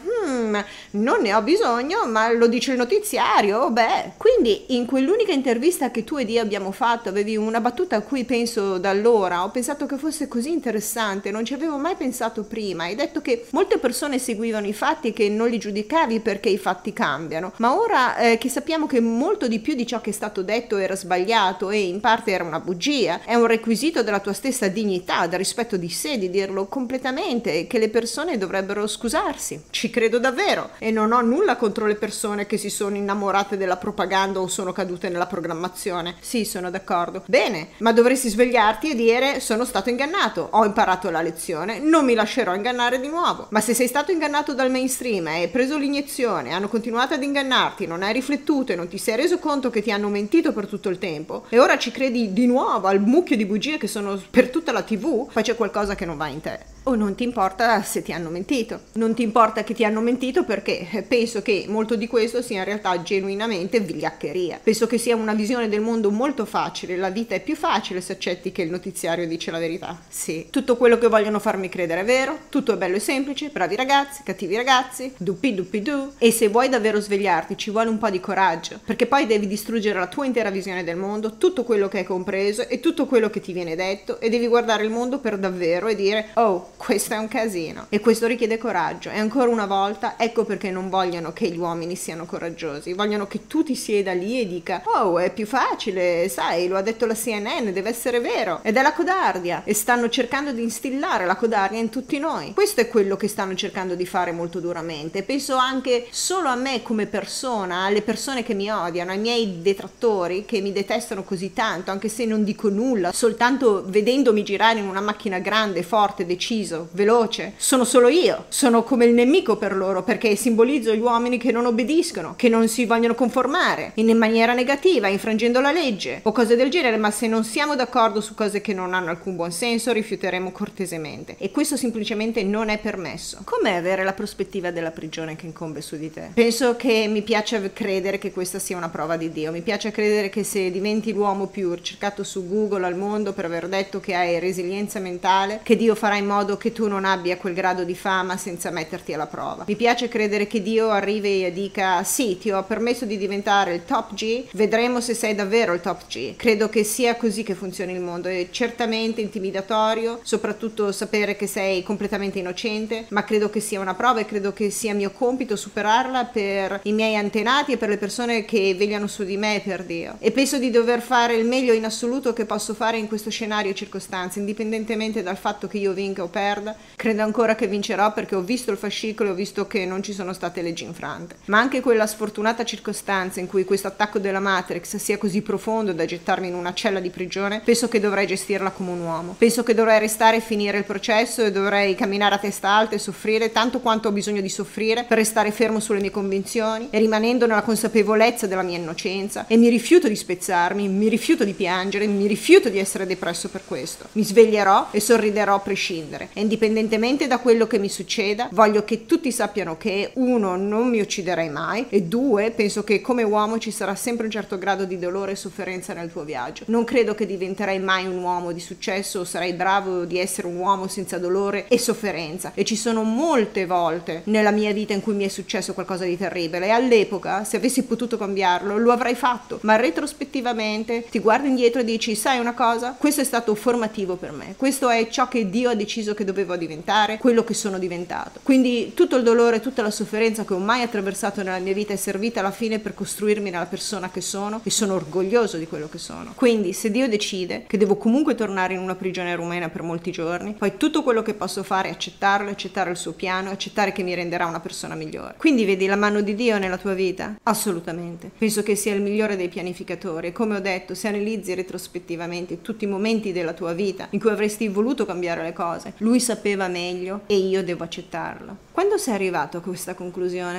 non ne ho bisogno, ma lo dice il notiziario, beh. Quindi in quell'unica intervista che tu ed io abbiamo fatto avevi una battuta a cui penso da allora, ho pensato che fosse così interessante, non ci avevo mai pensato prima. Hai detto che molte persone seguivano i fatti e che non li giudicavi perché i fatti cambiano, ma ora che sappiamo che molto di più di ciò che è stato detto era sbagliato e in parte era una bugia, è un requisito della tua stessa dignità, del rispetto di sé, di dirlo completamente, che le persone dovrebbero scusarsi. Ci credo davvero e non ho nulla contro le persone che si sono innamorate della propaganda o sono cadute nella programmazione. Sì, sono d'accordo. Bene, ma dovresti svegliarti e dire: sono stato ingannato, ho imparato la lezione, non mi lascerò ingannare di nuovo. Ma se sei stato ingannato dal mainstream e hai preso l'iniezione, hanno continuato ad ingannarti, non hai riflettuto e non ti sei reso conto che ti hanno mentito per tutto il tempo e ora ci credi di nuovo al mucchio di bugie che sono per tutta la TV, poi c'è qualcosa che non va in te. O non ti importa se ti hanno mentito. Non ti importa che ti hanno mentito perché penso che molto di questo sia in realtà genuinamente vigliaccheria. Penso che sia una visione del mondo molto facile. La vita è più facile se accetti che il notiziario dice la verità. Sì, tutto quello che vogliono farmi credere è vero, tutto è bello e semplice, bravi ragazzi, cattivi ragazzi, duppi duppi du. E se vuoi davvero svegliarti ci vuole un po' di coraggio, perché poi devi distruggere la tua intera visione del mondo, tutto quello che hai compreso e tutto quello che ti viene detto, e devi guardare il mondo per davvero e dire: oh, questo è un casino. E questo richiede coraggio. E ancora una volta, ecco perché non vogliono che gli uomini siano coraggiosi. Vogliono che tu ti sieda lì e dica: oh, è più facile, sai, lo ha detto la CNN, deve essere vero. Ed è la codardia. E stanno cercando di instillare la codardia in tutti noi. Questo è quello che stanno cercando di fare molto duramente. Penso anche solo a me come persona, alle persone che mi odiano, ai miei detrattori che mi detestano così tanto, anche se non dico nulla, soltanto vedendomi girare in una macchina grande, forte, deciso, veloce. Sono solo io, sono come il nemico per loro, perché simbolizzo gli uomini che non obbediscono, che non si vogliono conformare in maniera negativa, infrangendo la legge o cose del genere. Ma se non siamo d'accordo su cose che non hanno alcun buon senso, rifiuteremo cortesemente, e questo semplicemente non è permesso. Com'è avere la prospettiva della prigione che incombe su di te? Penso che mi piace credere che questa sia una prova di Dio. Mi piace credere che se diventi l'uomo più cercato su Google al mondo per aver detto che hai resilienza mentale, che Dio farà in modo che tu non abbia quel grado di fama senza metterti alla prova. Mi piace credere che Dio arrivi e dica: sì, ti ho permesso di diventare il top G, vedremo se sei davvero il top G. Credo che sia così che funziona il mondo. È certamente intimidatorio, soprattutto sapere che sei completamente innocente, ma credo che sia una prova e credo che sia mio compito superarla per i miei antenati e per le persone che vegliano su di me, per Dio. E penso di dover fare il meglio in assoluto che posso fare in questo scenario e circostanze, indipendentemente dal fatto che io vinca o perda. Credo ancora che vincerò perché ho visto il fascicolo e ho visto che non ci sono state leggi infrante. Ma anche quella sfortunata circostanza in cui questo attacco della Matrix sia così profondo da gettarmi in una cella di prigione, penso che dovrei gestirla come un uomo. Penso che dovrei restare e finire il processo e dovrei camminare a testa alta e soffrire tanto quanto ho bisogno di soffrire per restare fermo sulle mie convinzioni e rimanendo nella consapevolezza della mia innocenza. E mi rifiuto di spezzarmi, mi rifiuto di piangere, mi rifiuto di essere depresso per questo. Mi sveglierò e sorriderò a prescindere. E indipendentemente da quello che mi succeda, voglio che tutti sappiano che 1, non mi ucciderei mai, e 2, penso che come uomo ci sarà sempre un certo grado di dolore e sofferenza nel tuo viaggio. Non credo che diventerai mai un uomo di successo o sarai bravo di essere un uomo senza dolore e sofferenza. E ci sono molte volte nella mia vita in cui mi è successo qualcosa di terribile, e all'epoca, se avessi potuto cambiarlo, lo avrei fatto. Ma retrospettivamente ti guardi indietro e dici: sai una cosa? Questo è stato formativo per me. Questo è ciò che Dio ha deciso che dovevo diventare, quello che sono diventato. Quindi tutto il dolore, tutta la sofferenza che ho mai attraversato nella mia vita è servita alla fine per costruirmi nella persona che sono, e sono orgoglioso di quello che sono. Quindi se Dio decide che devo comunque tornare in una prigione rumena per molti giorni, poi tutto quello che posso fare è accettarlo, accettare il suo piano, accettare che mi renderà una persona migliore. Quindi vedi la mano di Dio nella tua vita? Assolutamente. Penso che sia il migliore dei pianificatori, e come ho detto, se analizzi retrospettivamente tutti i momenti della tua vita in cui avresti voluto cambiare le cose, Lui sapeva meglio e io devo accettarlo. Quando sei arrivato a questa conclusione?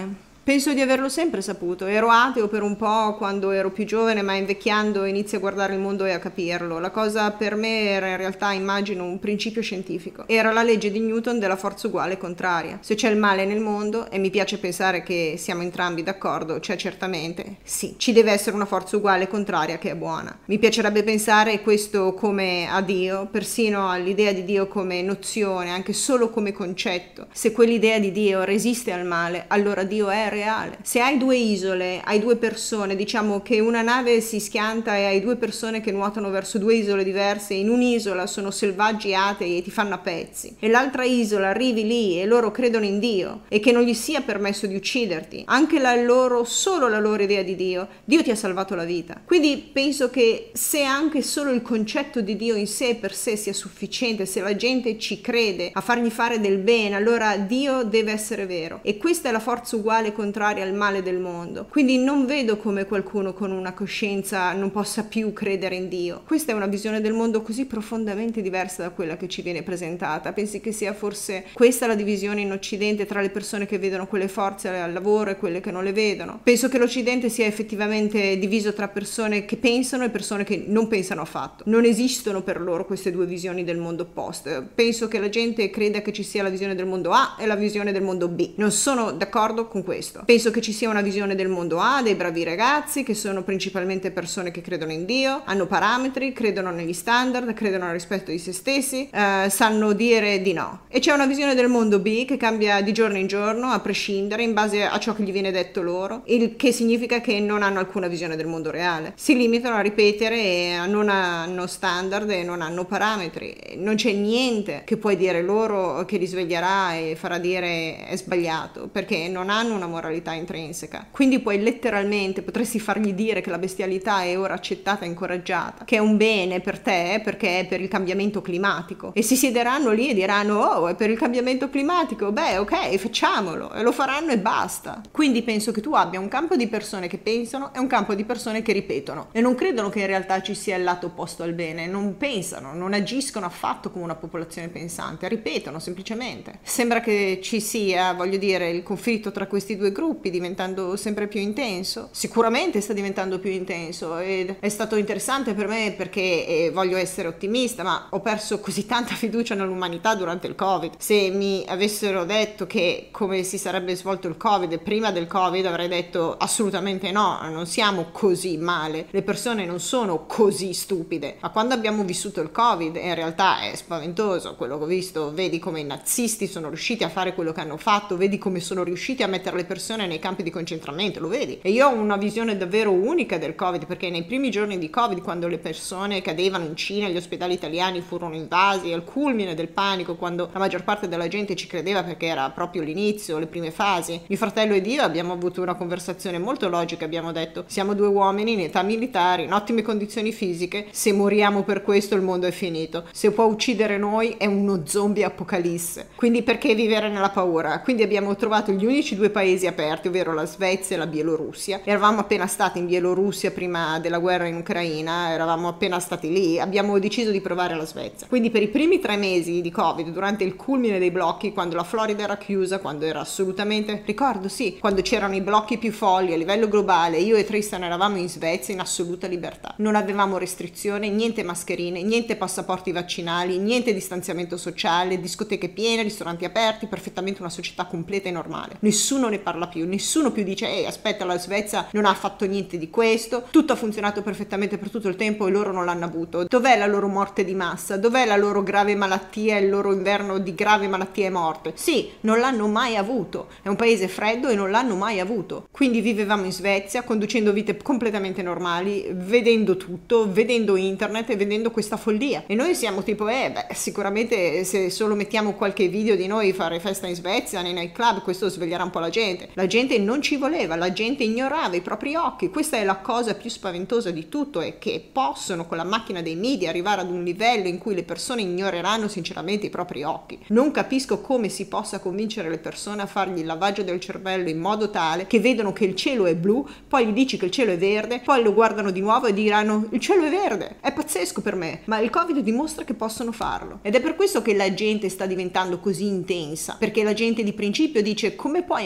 Penso di averlo sempre saputo. Ero ateo per un po' quando ero più giovane, ma invecchiando inizi a guardare il mondo e a capirlo. La cosa per me era in realtà, immagino, un principio scientifico. Era la legge di Newton della forza uguale contraria. Se c'è il male nel mondo, e mi piace pensare che siamo entrambi d'accordo, c'è certamente, sì, ci deve essere una forza uguale contraria che è buona. Mi piacerebbe pensare questo come a Dio, persino all'idea di Dio come nozione, anche solo come concetto. Se quell'idea di Dio resiste al male, allora Dio è reale. Se hai due isole, hai due persone, diciamo che una nave si schianta e hai due persone che nuotano verso due isole diverse, in un'isola sono selvaggi atei e ti fanno a pezzi, e l'altra isola arrivi lì e loro credono in Dio e che non gli sia permesso di ucciderti, anche solo la loro idea di Dio ti ha salvato la vita. Quindi penso che se anche solo il concetto di Dio in sé per sé sia sufficiente, se la gente ci crede a fargli fare del bene, allora Dio deve essere vero, e questa è la forza uguale contraria al male del mondo. Quindi non vedo come qualcuno con una coscienza non possa più credere in Dio. Questa è una visione del mondo così profondamente diversa da quella che ci viene presentata. Pensi che sia forse questa la divisione in Occidente tra le persone che vedono quelle forze al lavoro e quelle che non le vedono? Penso che l'Occidente sia effettivamente diviso tra persone che pensano e persone che non pensano affatto. Non esistono per loro queste due visioni del mondo opposte. Penso che la gente creda che ci sia la visione del mondo A e la visione del mondo B. Non sono d'accordo con questo. Penso che ci sia una visione del mondo A, dei bravi ragazzi, che sono principalmente persone che credono in Dio, hanno parametri, credono negli standard, credono al rispetto di se stessi, sanno dire di no. E c'è una visione del mondo B che cambia di giorno in giorno, a prescindere, in base a ciò che gli viene detto loro, il che significa che non hanno alcuna visione del mondo reale. Si limitano a ripetere e non hanno standard e non hanno parametri. Non c'è niente che puoi dire loro che li sveglierà e farà dire è sbagliato, perché non hanno una moralità intrinseca. Quindi potresti fargli dire che la bestialità è ora accettata e incoraggiata, che è un bene per te perché è per il cambiamento climatico, e si siederanno lì e diranno oh, è per il cambiamento climatico, beh ok, facciamolo, e lo faranno e basta. Quindi penso che tu abbia un campo di persone che pensano e un campo di persone che ripetono e non credono che in realtà ci sia il lato opposto al bene, non pensano, non agiscono affatto come una popolazione pensante, ripetono semplicemente. Sembra che ci sia, voglio dire, il conflitto tra questi due gruppi diventando sempre più intenso. Sicuramente sta diventando più intenso ed è stato interessante per me perché voglio essere ottimista, ma ho perso così tanta fiducia nell'umanità durante il Covid. Se mi avessero detto che come si sarebbe svolto il Covid prima del Covid, avrei detto assolutamente no, non siamo così male, le persone non sono così stupide. Ma quando abbiamo vissuto il Covid, in realtà è spaventoso quello che ho visto. Vedi come i nazisti sono riusciti a fare quello che hanno fatto, vedi come sono riusciti a mettere le persone nei campi di concentramento, lo vedi? E io ho una visione davvero unica del Covid, perché nei primi giorni di Covid, quando le persone cadevano in Cina, gli ospedali italiani furono invasi, al culmine del panico, quando la maggior parte della gente ci credeva perché era proprio l'inizio, le prime fasi, mio fratello ed io abbiamo avuto una conversazione molto logica. Abbiamo detto siamo due uomini in età militare, in ottime condizioni fisiche, se moriamo per questo il mondo è finito, se può uccidere noi è uno zombie apocalisse, quindi perché vivere nella paura? Quindi abbiamo trovato gli unici due paesi aperti, ovvero la Svezia e la Bielorussia. Eravamo appena stati in Bielorussia prima della guerra in Ucraina, eravamo appena stati lì, abbiamo deciso di provare la Svezia. Quindi per i primi 3 mesi di Covid, durante il culmine dei blocchi, quando la Florida era chiusa, quando era assolutamente, ricordo sì, quando c'erano i blocchi più folli a livello globale, io e Tristan eravamo in Svezia in assoluta libertà. Non avevamo restrizioni, niente mascherine, niente passaporti vaccinali, niente distanziamento sociale, discoteche piene, ristoranti aperti, perfettamente una società completa e normale. Nessuno ne parla più, nessuno più dice aspetta, la Svezia non ha fatto niente di questo, tutto ha funzionato perfettamente per tutto il tempo e loro non l'hanno avuto. Dov'è la loro morte di massa? Dov'è la loro grave malattia e il loro inverno di grave malattia e morte? Sì, non l'hanno mai avuto, è un paese freddo e non l'hanno mai avuto. Quindi vivevamo in Svezia conducendo vite completamente normali, vedendo tutto, vedendo internet e vedendo questa follia, e noi siamo tipo sicuramente se solo mettiamo qualche video di noi fare festa in Svezia nei nightclub, questo sveglierà un po' la gente. La gente non ci voleva, la gente ignorava i propri occhi. Questa è la cosa più spaventosa di tutto, è che possono con la macchina dei media arrivare ad un livello in cui le persone ignoreranno sinceramente i propri occhi. Non capisco come si possa convincere le persone a fargli il lavaggio del cervello in modo tale che vedono che il cielo è blu, poi gli dici che il cielo è verde, poi lo guardano di nuovo e diranno il cielo è verde. È pazzesco per me, ma il Covid dimostra che possono farlo, ed è per questo che la gente sta diventando così intensa, perché la gente di principio dice come puoi ancora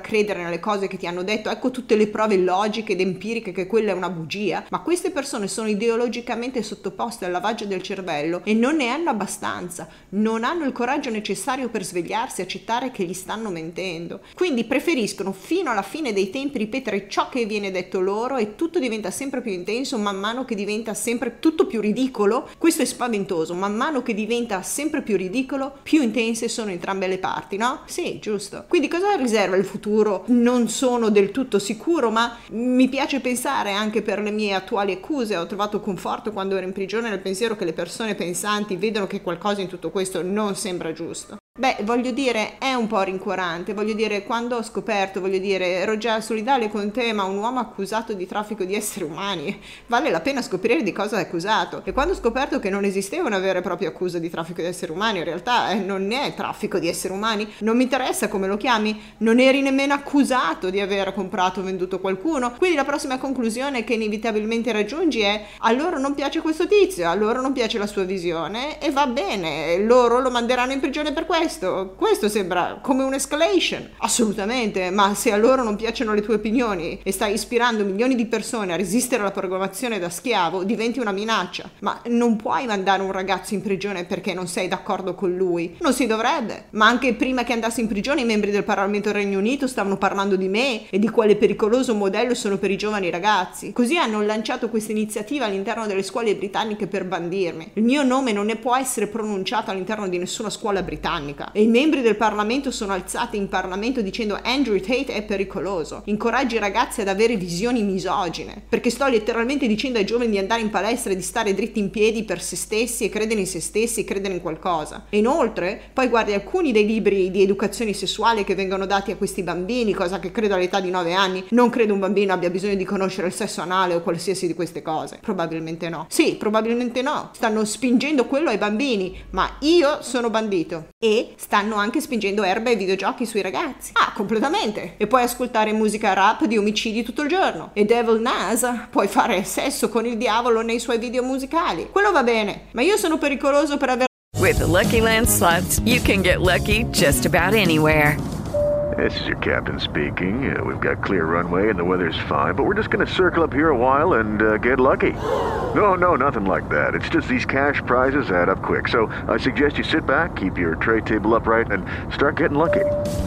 credere nelle cose che ti hanno detto, ecco tutte le prove logiche ed empiriche che quella è una bugia, ma queste persone sono ideologicamente sottoposte al lavaggio del cervello e non ne hanno abbastanza, non hanno il coraggio necessario per svegliarsi e accettare che gli stanno mentendo, quindi preferiscono fino alla fine dei tempi ripetere ciò che viene detto loro e tutto diventa sempre più intenso man mano che diventa sempre tutto più ridicolo. Questo è spaventoso, man mano che diventa sempre più ridicolo, più intense sono entrambe le parti, no? Sì, giusto. Quindi cosa riserva il futuro? Non sono del tutto sicuro, ma mi piace pensare, anche per le mie attuali accuse, ho trovato conforto quando ero in prigione nel pensiero che le persone pensanti vedono che qualcosa in tutto questo non sembra giusto. Beh, voglio dire, è un po' rincuorante, voglio dire, quando ho scoperto, ero già solidale con te, ma un uomo accusato di traffico di esseri umani, vale la pena scoprire di cosa è accusato. E quando ho scoperto che non esisteva una vera e propria accusa di traffico di esseri umani, in realtà non è traffico di esseri umani, non mi interessa come lo chiami, non eri nemmeno accusato di aver comprato o venduto qualcuno, quindi la prossima conclusione che inevitabilmente raggiungi è: a loro non piace questo tizio, a loro non piace la sua visione e va bene, loro lo manderanno in prigione per questo. Questo sembra come un'escalation, assolutamente, ma se a loro non piacciono le tue opinioni e stai ispirando milioni di persone a resistere alla programmazione da schiavo, diventi una minaccia. Ma non puoi mandare un ragazzo in prigione perché non sei d'accordo con lui, non si dovrebbe. Ma anche prima che andassi in prigione i membri del Parlamento del Regno Unito stavano parlando di me e di quale pericoloso modello sono per i giovani ragazzi. Così hanno lanciato questa iniziativa all'interno delle scuole britanniche per bandirmi. Il mio nome non ne può essere pronunciato all'interno di nessuna scuola britannica. E i membri del Parlamento sono alzati in Parlamento dicendo: Andrew Tate è pericoloso, incoraggia i ragazzi ad avere visioni misogine, perché sto letteralmente dicendo ai giovani di andare in palestra e di stare dritti in piedi per se stessi e credere in se stessi e credere in qualcosa. E inoltre poi guardi alcuni dei libri di educazione sessuale che vengono dati a questi bambini, cosa che credo all'età di 9 anni, non credo un bambino abbia bisogno di conoscere il sesso anale o qualsiasi di queste cose, probabilmente no. Sì, probabilmente no, stanno spingendo quello ai bambini, ma io sono bandito. E stanno anche spingendo erba e videogiochi sui ragazzi. Ah, completamente. E puoi ascoltare musica rap di omicidi tutto il giorno. E Devil Nas, puoi fare sesso con il diavolo nei suoi video musicali. Quello va bene, ma io sono pericoloso per aver... With the Lucky Land Slots, you can get lucky just about anywhere. This is your captain speaking. We've got clear runway and the weather's fine, but we're just going to circle up here a while and get lucky. No, nothing like that. It's just these cash prizes add up quick. So I suggest you sit back, keep your tray table upright, and start getting lucky.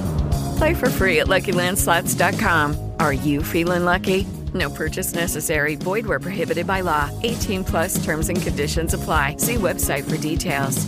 Play for free at LuckyLandSlots.com. Are you feeling lucky? No purchase necessary. Void where prohibited by law. 18 plus terms and conditions apply. See website for details.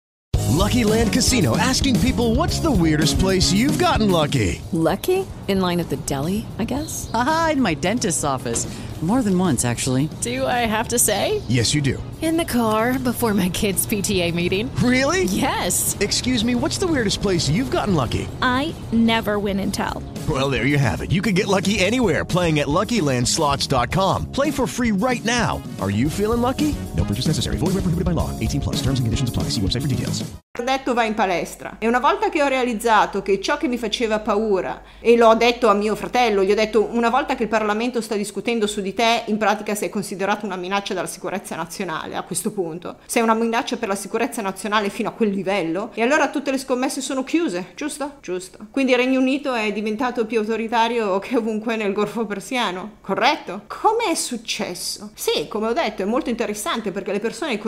Lucky Land Casino, asking people, what's the weirdest place you've gotten lucky? Lucky? In line at the deli, I guess? Aha, in my dentist's office. More than once, actually. Do I have to say? Yes, you do. In the car before my kids' PTA meeting. Really? Yes. Excuse me, what's the weirdest place you've gotten lucky? I never win and tell. Well, there you have it. You can get lucky anywhere, playing at LuckyLandSlots.com. Play for free right now. Are you feeling lucky? No purchase necessary. Void where prohibited by law. 18 plus. Terms and conditions apply. See website for details. Detto vai in palestra, e una volta che ho realizzato che ciò che mi faceva paura, e l'ho detto a mio fratello, gli ho detto: una volta che il Parlamento sta discutendo su di te, in pratica sei considerato una minaccia della sicurezza nazionale. A questo punto sei una minaccia per la sicurezza nazionale fino a quel livello, e allora tutte le scommesse sono chiuse, giusto? Quindi il Regno Unito è diventato più autoritario che ovunque nel Golfo Persiano, corretto? Come è successo? Sì, come ho detto, è molto interessante, perché le persone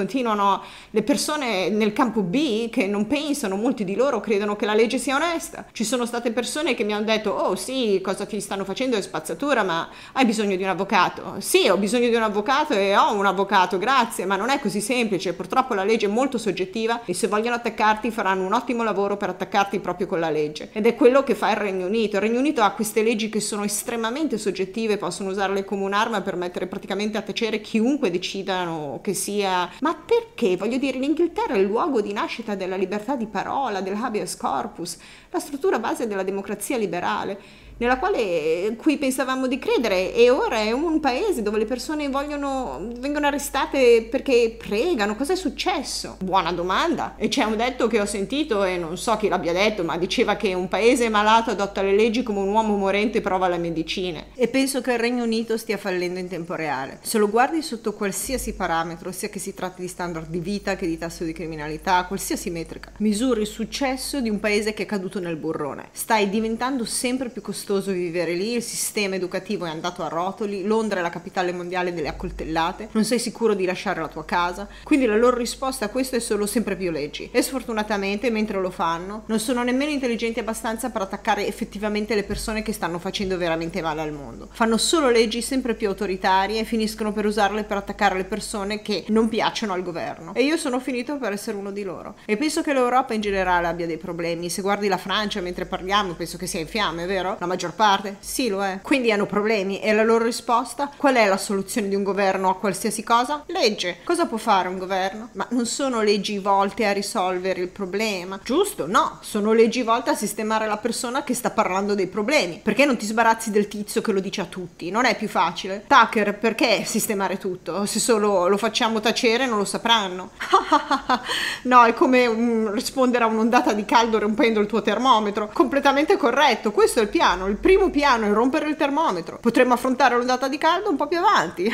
nel campo B che non pensano, molti di loro credono che la legge sia onesta. Ci sono state persone che mi hanno detto: oh sì, cosa ti stanno facendo è spazzatura, ma hai bisogno di un avvocato. Sì, ho bisogno di un avvocato e ho un avvocato, grazie, ma non è così semplice. Purtroppo la legge è molto soggettiva e se vogliono attaccarti faranno un ottimo lavoro per attaccarti proprio con la legge, ed è quello che fa il Regno Unito. Il Regno Unito ha queste leggi che sono estremamente soggettive, possono usarle come un'arma per mettere praticamente a tacere chiunque decidano che sia. Ma perché? Voglio dire, l'Inghilterra è il luogo di nascita della libertà di parola, del habeas corpus, la struttura base della democrazia liberale, nella quale qui pensavamo di credere, e ora è un paese dove le persone vengono arrestate perché pregano. Cosa è successo? Buona domanda. E c'è un detto che ho sentito, e non so chi l'abbia detto, ma diceva che un paese malato adotta le leggi come un uomo morente prova le medicine. E penso che il Regno Unito stia fallendo in tempo reale. Se lo guardi sotto qualsiasi parametro, sia che si tratti di standard di vita che di tasso di criminalità, qualsiasi metrica, misuri il successo di un paese che è caduto nel burrone. Stai diventando sempre più costoso costoso vivere lì, il sistema educativo è andato a rotoli, Londra è la capitale mondiale delle accoltellate, non sei sicuro di lasciare la tua casa, quindi la loro risposta a questo è solo sempre più leggi. E sfortunatamente, mentre lo fanno, non sono nemmeno intelligenti abbastanza per attaccare effettivamente le persone che stanno facendo veramente male al mondo. Fanno solo leggi sempre più autoritarie e finiscono per usarle per attaccare le persone che non piacciono al governo. E io sono finito per essere uno di loro. E penso che l'Europa in generale abbia dei problemi. Se guardi la Francia mentre parliamo, penso che sia in fiamme, vero? La maggior parte? Sì, lo è. Quindi hanno problemi. E la loro risposta? Qual è la soluzione di un governo a qualsiasi cosa? Legge. Cosa può fare un governo? Ma non sono leggi volte a risolvere il problema, giusto? No, sono leggi volte a sistemare la persona che sta parlando dei problemi. Perché non ti sbarazzi del tizio che lo dice a tutti? Non è più facile? Tucker, perché sistemare tutto? Se solo lo facciamo tacere non lo sapranno. No, è come rispondere a un'ondata di caldo rompendo il tuo termometro. Completamente corretto, questo è il piano. Il primo piano è rompere il termometro. Potremmo affrontare l'ondata di caldo un po' più avanti.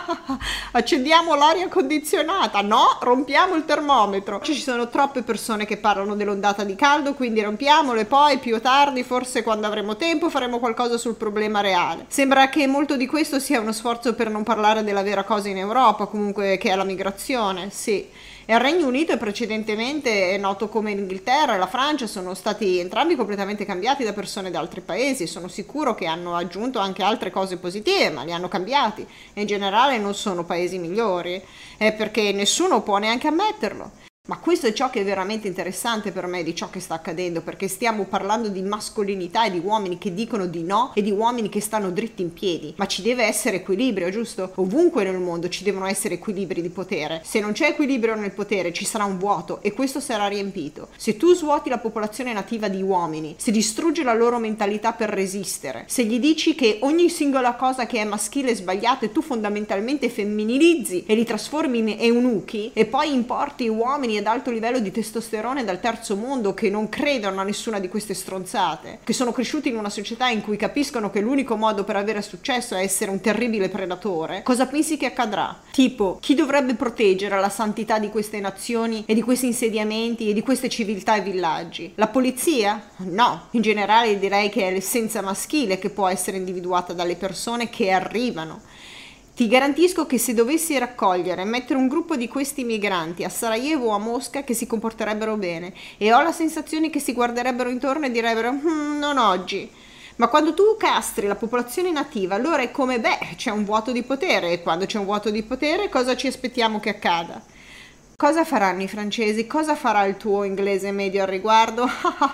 Accendiamo l'aria condizionata. No, rompiamo il termometro. Ci sono troppe persone che parlano dell'ondata di caldo, quindi rompiamolo e poi più tardi, forse quando avremo tempo, faremo qualcosa sul problema reale. Sembra che molto di questo sia uno sforzo per non parlare della vera cosa in Europa, comunque, che è la migrazione, sì. E il Regno Unito precedentemente è noto come l'Inghilterra e la Francia sono stati entrambi completamente cambiati da persone da altri paesi. Sono sicuro che hanno aggiunto anche altre cose positive, ma li hanno cambiati e in generale non sono paesi migliori, è perché nessuno può neanche ammetterlo. Ma questo è ciò che è veramente interessante per me di ciò che sta accadendo, perché stiamo parlando di mascolinità e di uomini che dicono di no e di uomini che stanno dritti in piedi. Ma ci deve essere equilibrio, giusto? Ovunque nel mondo ci devono essere equilibri di potere. Se non c'è equilibrio nel potere ci sarà un vuoto e questo sarà riempito. Se tu svuoti la popolazione nativa di uomini, se distruggi la loro mentalità per resistere, se gli dici che ogni singola cosa che è maschile è sbagliato e tu fondamentalmente femminilizzi e li trasformi in eunuchi e poi importi uomini ad alto livello di testosterone dal terzo mondo che non credono a nessuna di queste stronzate, che sono cresciuti in una società in cui capiscono che l'unico modo per avere successo è essere un terribile predatore, cosa pensi che accadrà? Tipo, chi dovrebbe proteggere la santità di queste nazioni e di questi insediamenti e di queste civiltà e villaggi? La polizia? No, in generale direi che è l'essenza maschile che può essere individuata dalle persone che arrivano. Ti garantisco che se dovessi raccogliere e mettere un gruppo di questi migranti a Sarajevo o a Mosca che si comporterebbero bene e ho la sensazione che si guarderebbero intorno e direbbero non oggi. Ma quando tu castri la popolazione nativa allora è come c'è un vuoto di potere e quando c'è un vuoto di potere cosa ci aspettiamo che accada? Cosa faranno i francesi? Cosa farà il tuo inglese medio al riguardo?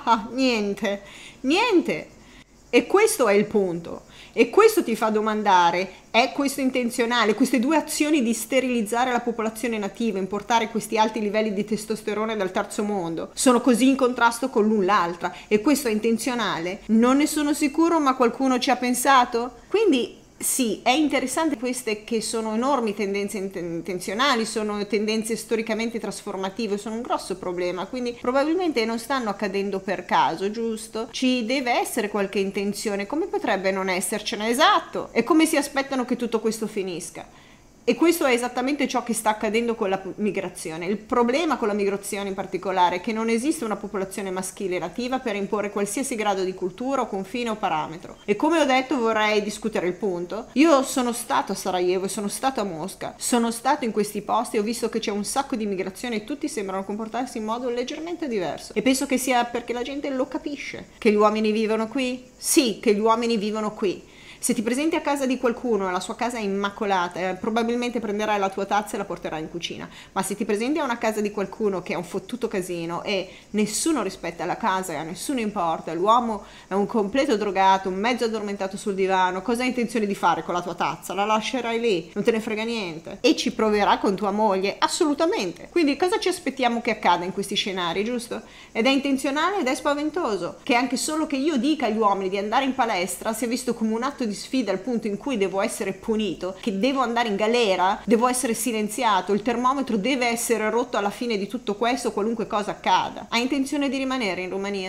Niente, niente. E questo è il punto. E questo ti fa domandare, è questo intenzionale? Queste due azioni di sterilizzare la popolazione nativa, importare questi alti livelli di testosterone dal terzo mondo, sono così in contrasto con l'un l'altra e questo è intenzionale? Non ne sono sicuro, ma qualcuno ci ha pensato? Quindi sì, è interessante queste che sono enormi tendenze intenzionali, sono tendenze storicamente trasformative, sono un grosso problema, quindi probabilmente non stanno accadendo per caso, giusto? Ci deve essere qualche intenzione, come potrebbe non essercene? Esatto! E come si aspettano che tutto questo finisca? E questo è esattamente ciò che sta accadendo con la migrazione. Il problema con la migrazione in particolare è che non esiste una popolazione maschile nativa per imporre qualsiasi grado di cultura o confine o parametro. E come ho detto vorrei discutere il punto. Io sono stato a Sarajevo e sono stato a Mosca. Sono stato in questi posti e ho visto che c'è un sacco di migrazione e tutti sembrano comportarsi in modo leggermente diverso. E penso che sia perché la gente lo capisce. Che gli uomini vivono qui? Sì, che gli uomini vivono qui. Se ti presenti a casa di qualcuno e la sua casa è immacolata, probabilmente prenderai la tua tazza e la porterai in cucina. Ma se ti presenti a una casa di qualcuno che è un fottuto casino e nessuno rispetta la casa e a nessuno importa, l'uomo è un completo drogato, un mezzo addormentato sul divano, cosa hai intenzione di fare con la tua tazza? La lascerai lì, non te ne frega niente. E ci proverà con tua moglie? Assolutamente. Quindi cosa ci aspettiamo che accada in questi scenari, giusto? Ed è intenzionale ed è spaventoso. Che anche solo che io dica agli uomini di andare in palestra sia visto come un atto di sfida al punto in cui devo essere punito, che devo andare in galera, devo essere silenziato, il termometro deve essere rotto alla fine di tutto questo, qualunque cosa accada. Hai intenzione di rimanere in Romania?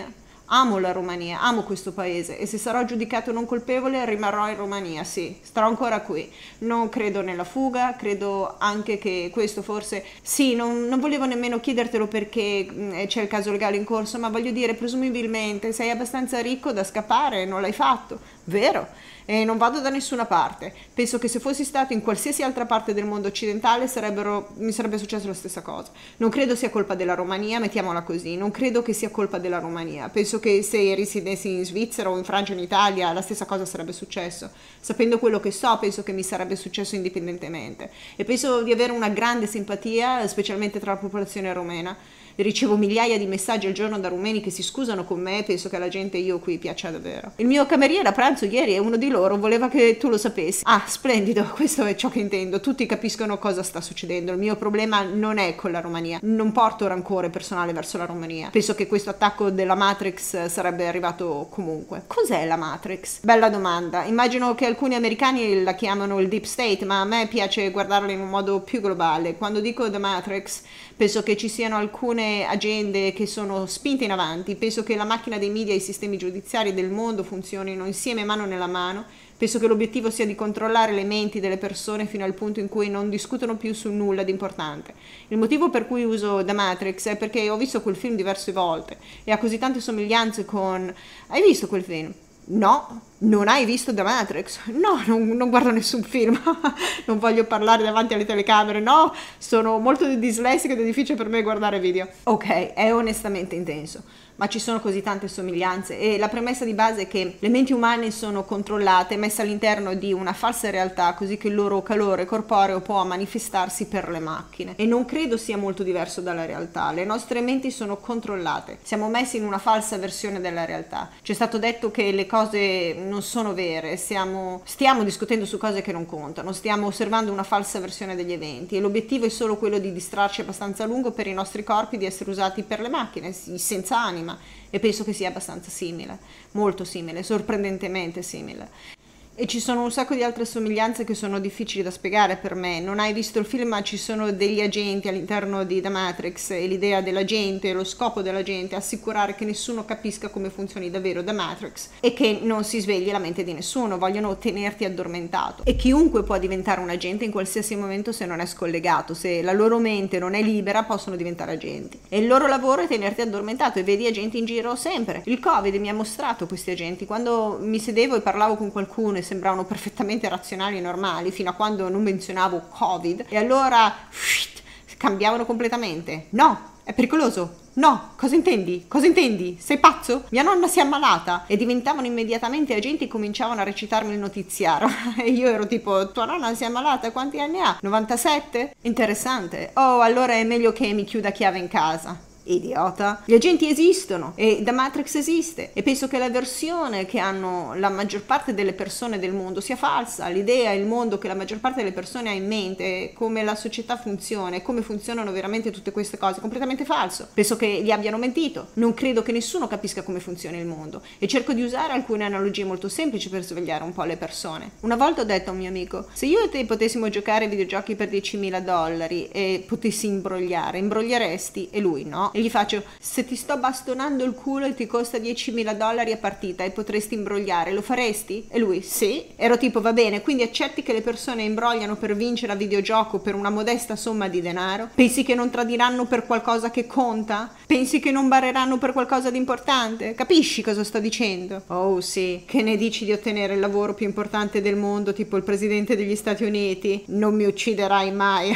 amo la Romania, amo questo paese e se sarò giudicato non colpevole rimarrò in Romania, sì, starò ancora qui. Non credo nella fuga, credo anche che questo forse, sì, non volevo nemmeno chiedertelo perché c'è il caso legale in corso, ma voglio dire, presumibilmente sei abbastanza ricco da scappare, non l'hai fatto, vero? E non vado da nessuna parte. Penso che se fossi stato in qualsiasi altra parte del mondo occidentale mi sarebbe successo la stessa cosa. Non credo sia colpa della Romania, mettiamola così, non credo che sia colpa della Romania. Penso che se risiedessi in Svizzera o in Francia o in Italia la stessa cosa sarebbe successo. Sapendo quello che so, penso che mi sarebbe successo indipendentemente. E penso di avere una grande simpatia, specialmente tra la popolazione romena. Ricevo migliaia di messaggi al giorno da rumeni che si scusano con me e penso che alla gente io qui piaccia davvero. Il mio cameriere a pranzo ieri è uno di loro, voleva che tu lo sapessi. Ah, splendido, questo è ciò che intendo. Tutti capiscono cosa sta succedendo. Il mio problema non è con la Romania. Non porto rancore personale verso la Romania. Penso che questo attacco della Matrix sarebbe arrivato comunque. Cos'è la Matrix? Bella domanda. Immagino che alcuni americani la chiamano il Deep State, ma a me piace guardarla in un modo più globale. Quando dico The Matrix, penso che ci siano alcune agende che sono spinte in avanti, penso che la macchina dei media e i sistemi giudiziari del mondo funzionino insieme mano nella mano, penso che l'obiettivo sia di controllare le menti delle persone fino al punto in cui non discutono più su nulla di importante. Il motivo per cui uso The Matrix è perché ho visto quel film diverse volte e ha così tante somiglianze con... Hai visto quel film? No, non hai visto The Matrix? No, non guardo nessun film, non voglio parlare davanti alle telecamere, no, sono molto dislessica ed è difficile per me guardare video. Ok, è onestamente intenso, ma ci sono così tante somiglianze e la premessa di base è che le menti umane sono controllate, messe all'interno di una falsa realtà così che il loro calore corporeo può manifestarsi per le macchine e non credo sia molto diverso dalla realtà. Le nostre menti sono controllate, siamo messi in una falsa versione della realtà. Ci è stato detto che le cose non sono vere, stiamo discutendo su cose che non contano, stiamo osservando una falsa versione degli eventi e l'obiettivo è solo quello di distrarci abbastanza a lungo per i nostri corpi di essere usati per le macchine, senza anima. E penso che sia abbastanza simile, molto simile, sorprendentemente simile. E ci sono un sacco di altre somiglianze che sono difficili da spiegare per me. Non hai visto il film, ma ci sono degli agenti all'interno di The Matrix e l'idea dell'agente, lo scopo dell'agente è assicurare che nessuno capisca come funzioni davvero The Matrix e che non si svegli la mente di nessuno, vogliono tenerti addormentato. E chiunque può diventare un agente in qualsiasi momento se non è scollegato, se la loro mente non è libera possono diventare agenti. E il loro lavoro è tenerti addormentato e vedi agenti in giro sempre. Il Covid mi ha mostrato questi agenti, quando mi sedevo e parlavo con qualcuno e sembravano perfettamente razionali e normali fino a quando non menzionavo Covid e allora cambiavano completamente. No, è pericoloso. No, cosa intendi? Cosa intendi? Sei pazzo? Mia nonna si è ammalata e diventavano immediatamente agenti e cominciavano a recitarmi il notiziario e io ero tipo, tua nonna si è ammalata, quanti anni ha? 97? Interessante. Oh, allora è meglio che mi chiuda chiave in casa. Idiota. Gli agenti esistono e The Matrix esiste e penso che la versione che hanno la maggior parte delle persone del mondo sia falsa. L'idea, il mondo che la maggior parte delle persone ha in mente, come la società funziona e come funzionano veramente tutte queste cose, è completamente falso. Penso che gli abbiano mentito. Non credo che nessuno capisca come funziona il mondo e cerco di usare alcune analogie molto semplici per svegliare un po' le persone. Una volta ho detto a un mio amico, se io e te potessimo giocare ai videogiochi per $10.000 e potessi imbroglieresti? E lui no. E gli faccio, se ti sto bastonando il culo e ti costa $10.000 a partita e potresti imbrogliare, lo faresti? E lui, sì. Ero tipo, va bene, quindi accetti che le persone imbrogliano per vincere a videogioco per una modesta somma di denaro? Pensi che non tradiranno per qualcosa che conta? Pensi che non barreranno per qualcosa di importante? Capisci cosa sto dicendo? Oh sì, che ne dici di ottenere il lavoro più importante del mondo, tipo il presidente degli Stati Uniti? Non mi ucciderai mai.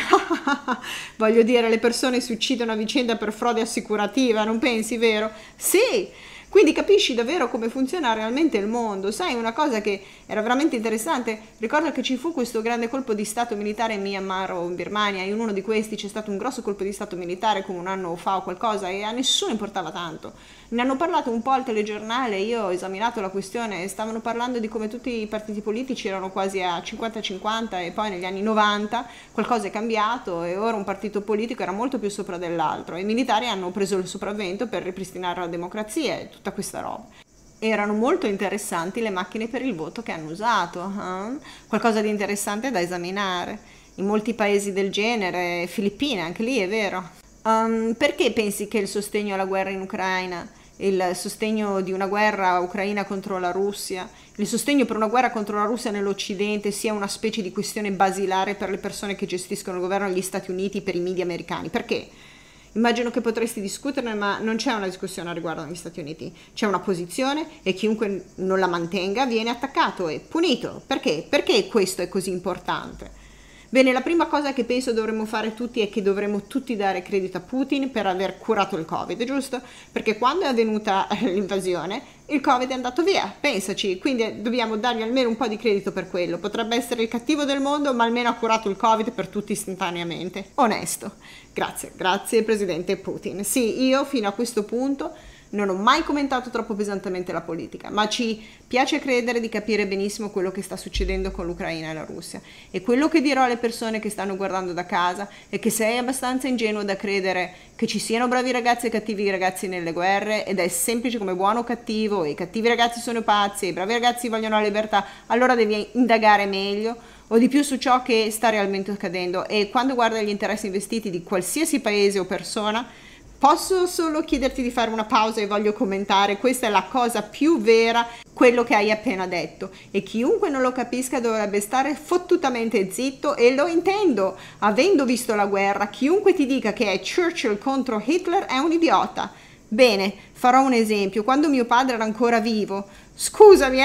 Voglio dire, le persone si uccidono a vicenda per frode assicurativa, non pensi, vero? Sì! Quindi capisci davvero come funziona realmente il mondo. Sai, una cosa che era veramente interessante, ricordo che ci fu questo grande colpo di stato militare in Myanmar o in Birmania, e in uno di questi c'è stato un grosso colpo di stato militare come un anno fa o qualcosa e a nessuno importava tanto. Ne hanno parlato un po' al telegiornale, io ho esaminato la questione e stavano parlando di come tutti i partiti politici erano quasi a 50-50 e poi negli anni 90 qualcosa è cambiato e ora un partito politico era molto più sopra dell'altro e i militari hanno preso il sopravvento per ripristinare la democrazia e tutta questa roba. Erano molto interessanti le macchine per il voto che hanno usato, qualcosa di interessante da esaminare. In molti paesi del genere, Filippine, anche lì è vero. Perché pensi che il sostegno alla guerra in Ucraina il sostegno di una guerra ucraina contro la Russia, il sostegno per una guerra contro la Russia nell'Occidente sia una specie di questione basilare per le persone che gestiscono il governo degli Stati Uniti, per i media americani. Perché? Immagino che potresti discuterne, ma non c'è una discussione a riguardo negli Stati Uniti. C'è una posizione e chiunque non la mantenga viene attaccato e punito. Perché? Perché questo è così importante? Bene, la prima cosa che penso dovremmo fare tutti è che dovremmo tutti dare credito a Putin per aver curato il Covid, giusto? Perché quando è avvenuta l'invasione, il Covid è andato via, pensaci, quindi dobbiamo dargli almeno un po' di credito per quello. Potrebbe essere il cattivo del mondo, ma almeno ha curato il Covid per tutti istantaneamente. Onesto. Grazie Presidente Putin. Sì, io fino a questo punto non ho mai commentato troppo pesantemente la politica, ma ci piace credere di capire benissimo quello che sta succedendo con l'Ucraina e la Russia. E quello che dirò alle persone che stanno guardando da casa è che sei abbastanza ingenuo da credere che ci siano bravi ragazzi e cattivi ragazzi nelle guerre, ed è semplice come buono o cattivo, e i cattivi ragazzi sono pazzi e i bravi ragazzi vogliono la libertà, allora devi indagare meglio o di più su ciò che sta realmente accadendo. E quando guarda gli interessi investiti di qualsiasi paese o persona, posso solo chiederti di fare una pausa e voglio commentare, questa è la cosa più vera, quello che hai appena detto, e chiunque non lo capisca dovrebbe stare fottutamente zitto, e lo intendo, avendo visto la guerra. Chiunque ti dica che è Churchill contro Hitler è un idiota. Bene, farò un esempio. Quando mio padre era ancora vivo, scusami,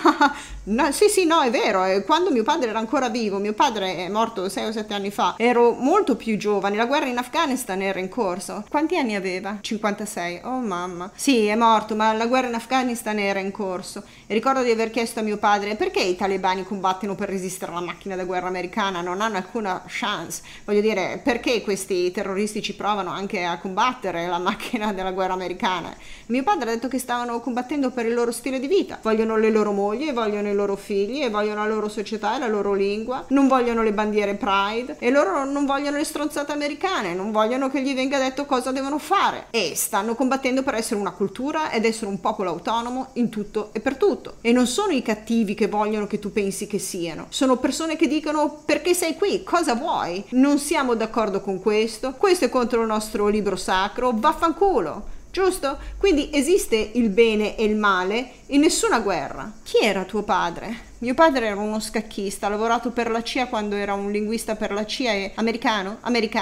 no, sì, no, è vero, quando mio padre era ancora vivo, mio padre è morto 6 o 7 anni fa, ero molto più giovane, la guerra in Afghanistan era in corso. Quanti anni aveva? 56, oh mamma. Sì, è morto, ma la guerra in Afghanistan era in corso, e ricordo di aver chiesto a mio padre: perché i talebani combattono per resistere alla macchina da guerra americana? Non hanno alcuna chance. Voglio dire, perché questi terroristi ci provano anche a combattere la macchina della guerra americana? Mio padre ha detto che stavano combattendo per il loro stile di vita, vogliono le loro mogli, vogliono i loro figli, e vogliono la loro società e la loro lingua, non vogliono le bandiere Pride, e loro non vogliono le stronzate americane, non vogliono che gli venga detto cosa devono fare, e stanno combattendo per essere una cultura ed essere un popolo autonomo in tutto e per tutto. E non sono i cattivi che vogliono che tu pensi che siano, sono persone che dicono: perché sei qui? Cosa vuoi? Non siamo d'accordo con questo è contro il nostro libro sacro, vaffanculo. Giusto? Quindi esiste il bene e il male in nessuna guerra. Chi era tuo padre? Mio padre era uno scacchista, ha lavorato per la CIA quando era un linguista per la CIA, e americano.